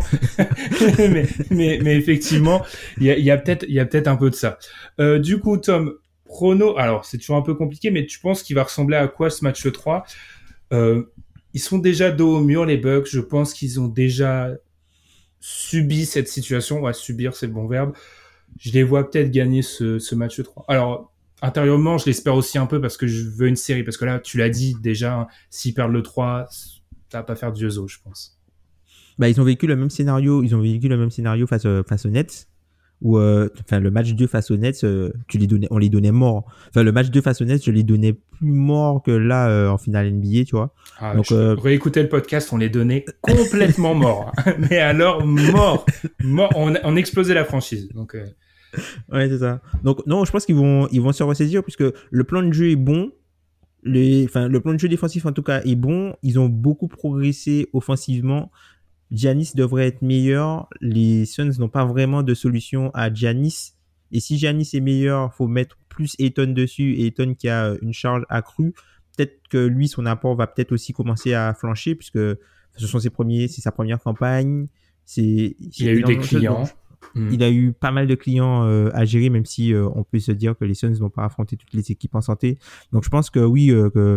mais effectivement, il y a peut-être un peu de ça. Du coup, Tom, prono, alors, c'est toujours un peu compliqué, mais tu penses qu'il va ressembler à quoi ce match 3? ils sont déjà dos au mur, les Bucks. Je pense qu'ils ont déjà subi cette situation. Ouais, subir, c'est le bon verbe. Je les vois peut-être gagner ce match 3. Alors, intérieurement, je l'espère aussi un peu parce que je veux une série. Parce que là, tu l'as dit déjà, hein, s'ils perdent le 3, ça va pas faire de vieux os, je pense. Bah, ils ont vécu le même scénario. Ils ont vécu le même scénario face aux Nets. Où, le match 2 face aux Nets, on les donnait morts. Enfin, le match 2 face aux Nets, je les donnais plus morts que là, en finale NBA, tu vois. Ah, donc, réécouter le podcast, on les donnait complètement morts. Mais alors, morts. On explosait la franchise. Donc, ouais, c'est ça. Donc, non, je pense qu'ils vont se ressaisir puisque le plan de jeu est bon. Le plan de jeu défensif, en tout cas, est bon. Ils ont beaucoup progressé offensivement. Giannis devrait être meilleur. Les Suns n'ont pas vraiment de solution à Giannis. Et si Giannis est meilleur, faut mettre plus Ayton dessus. Et Ayton qui a une charge accrue. Peut-être que lui, son apport va peut-être aussi commencer à flancher puisque c'est sa première campagne. Il y a eu des clients. Il a eu pas mal de clients à gérer, même si on peut se dire que les Suns n'ont pas affronté toutes les équipes en santé. Donc je pense que oui,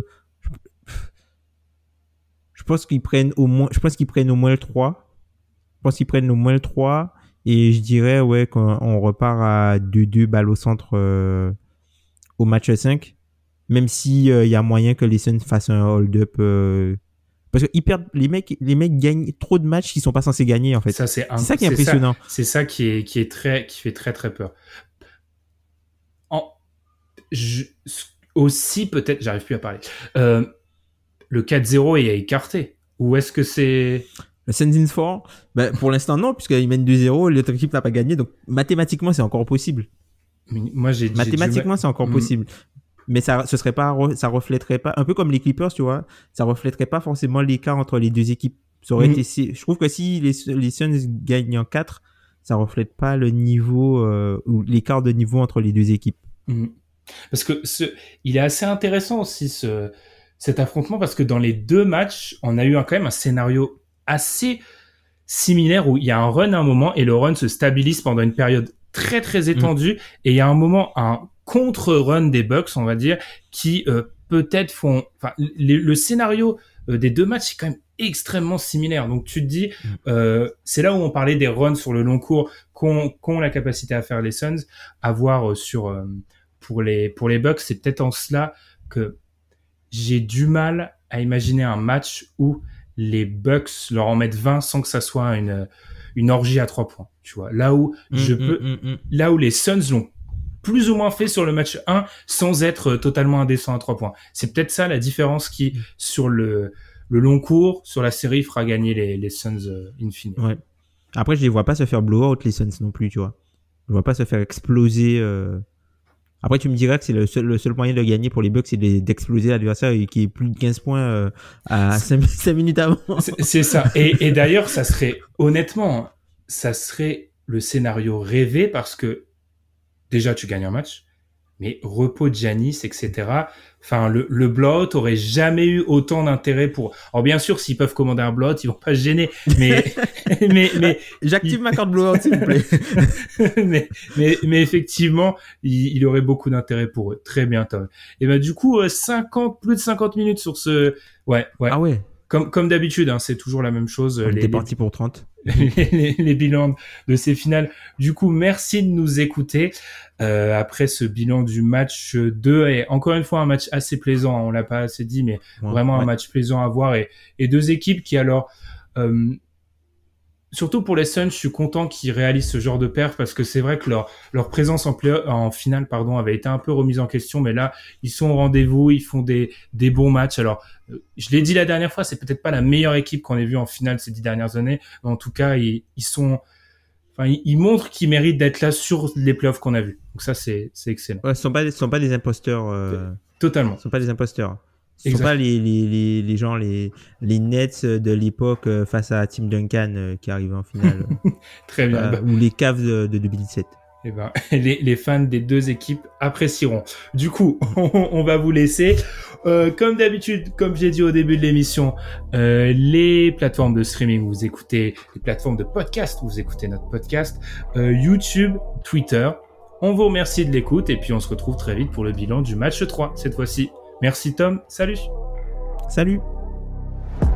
je pense qu'ils prennent au moins le 3. Je pense qu'ils prennent au moins le 3 et je dirais ouais qu'on repart à 2-2 balles au centre au match 5, même si il y a moyen que les Suns fassent un hold-up parce que les mecs gagnent trop de matchs qu'ils sont pas censés gagner en fait. Ça c'est ça qui est impressionnant. C'est ça qui fait très très peur. Aussi peut-être, j'arrive plus à parler. Le 4-0 est écarté. Ou est-ce que c'est... Le Suns in 4 pour l'instant, non, puisqu'ils mènent 2-0, l'autre équipe n'a pas gagné. Donc, mathématiquement, c'est encore possible. Mathématiquement, c'est encore possible. Mais ça reflèterait pas, un peu comme les Clippers, tu vois, ça reflèterait pas forcément l'écart entre les deux équipes. Ça aurait été, je trouve que si les Suns gagnent en 4, ça reflète pas le niveau, ou l'écart de niveau entre les deux équipes. Parce que il est assez intéressant aussi cet affrontement parce que dans les deux matchs, on a eu quand même un scénario assez similaire où il y a un run à un moment et le run se stabilise pendant une période très très étendue et il y a un moment un contre-run des Bucks, on va dire, qui peut-être font... Enfin, le scénario des deux matchs est quand même extrêmement similaire. Donc tu te dis, c'est là où on parlait des runs sur le long cours qu'ont la capacité à faire les Suns, à voir pour les Bucks. C'est peut-être en cela que j'ai du mal à imaginer un match où les Bucks leur en mettent 20 sans que ça soit une orgie à 3 points. Tu vois, là où là où les Suns l'ont plus ou moins fait sur le match 1 sans être totalement indécent à 3 points. C'est peut-être ça la différence qui, sur le long cours, sur la série, fera gagner les Suns in fine. Ouais. Après, je les vois pas se faire blow out les Suns non plus, tu vois. Je vois pas se faire exploser. Après, tu me diras que c'est le seul moyen de gagner pour les Bucks, c'est d'exploser l'adversaire qui est plus de 15 points à 5 minutes avant. C'est ça. Et d'ailleurs, ça serait le scénario rêvé parce que déjà, tu gagnes un match, mais repos de Giannis, etc. Enfin, le blowout aurait jamais eu autant d'intérêt pour... Alors, bien sûr, s'ils peuvent commander un blowout, ils vont pas se gêner, mais... J'active ma carte blowout, s'il vous plaît. mais effectivement, il aurait beaucoup d'intérêt pour eux. Très bien, Tom. Et ben, du coup, plus de 50 minutes sur ce... Ouais. Ah ouais. Comme d'habitude, hein, c'est toujours la même chose. On était parti pour 30. les bilans de ces finales. Du coup, merci de nous écouter. Après ce bilan du match 2, et encore une fois un match assez plaisant, hein, on l'a pas assez dit, mais vraiment un match plaisant à voir et deux équipes qui alors surtout pour les Suns, je suis content qu'ils réalisent ce genre de perf parce que c'est vrai que leur présence en finale avait été un peu remise en question, mais là ils sont au rendez-vous, ils font des bons matchs. Alors je l'ai dit la dernière fois, c'est peut-être pas la meilleure équipe qu'on ait vue en finale ces 10 dernières années, mais en tout cas ils montrent qu'ils méritent d'être là sur les playoffs qu'on a vus. Donc ça c'est excellent. Ouais, ce sont pas des imposteurs. Totalement. Ce sont pas des imposteurs. Ce sont pas les gens, les Nets de l'époque face à Tim Duncan qui arrivaient en finale. Très bien. Ou les Cavs de 2017. Eh ben, les fans des deux équipes apprécieront. Du coup, on va vous laisser. Comme d'habitude, comme j'ai dit au début de l'émission, les plateformes de streaming où vous écoutez, les plateformes de podcast où vous écoutez notre podcast, YouTube, Twitter. On vous remercie de l'écoute et puis on se retrouve très vite pour le bilan du match 3 cette fois-ci. Merci Tom, salut. Salut.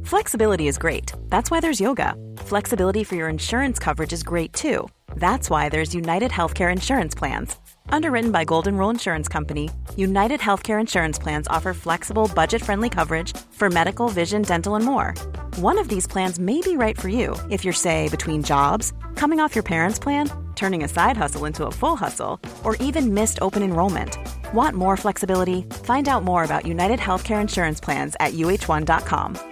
Flexibility is great. That's why there's yoga. Flexibility for your insurance coverage is great too. That's why there's United Healthcare Insurance Plans. Underwritten by Golden Rule Insurance Company, United Healthcare Insurance Plans offer flexible, budget-friendly coverage for medical, vision, dental, and more. One of these plans may be right for you if you're, say, between jobs, coming off your parents' plan, turning a side hustle into a full hustle, or even missed open enrollment. Want more flexibility? Find out more about United Healthcare Insurance Plans at uh1.com.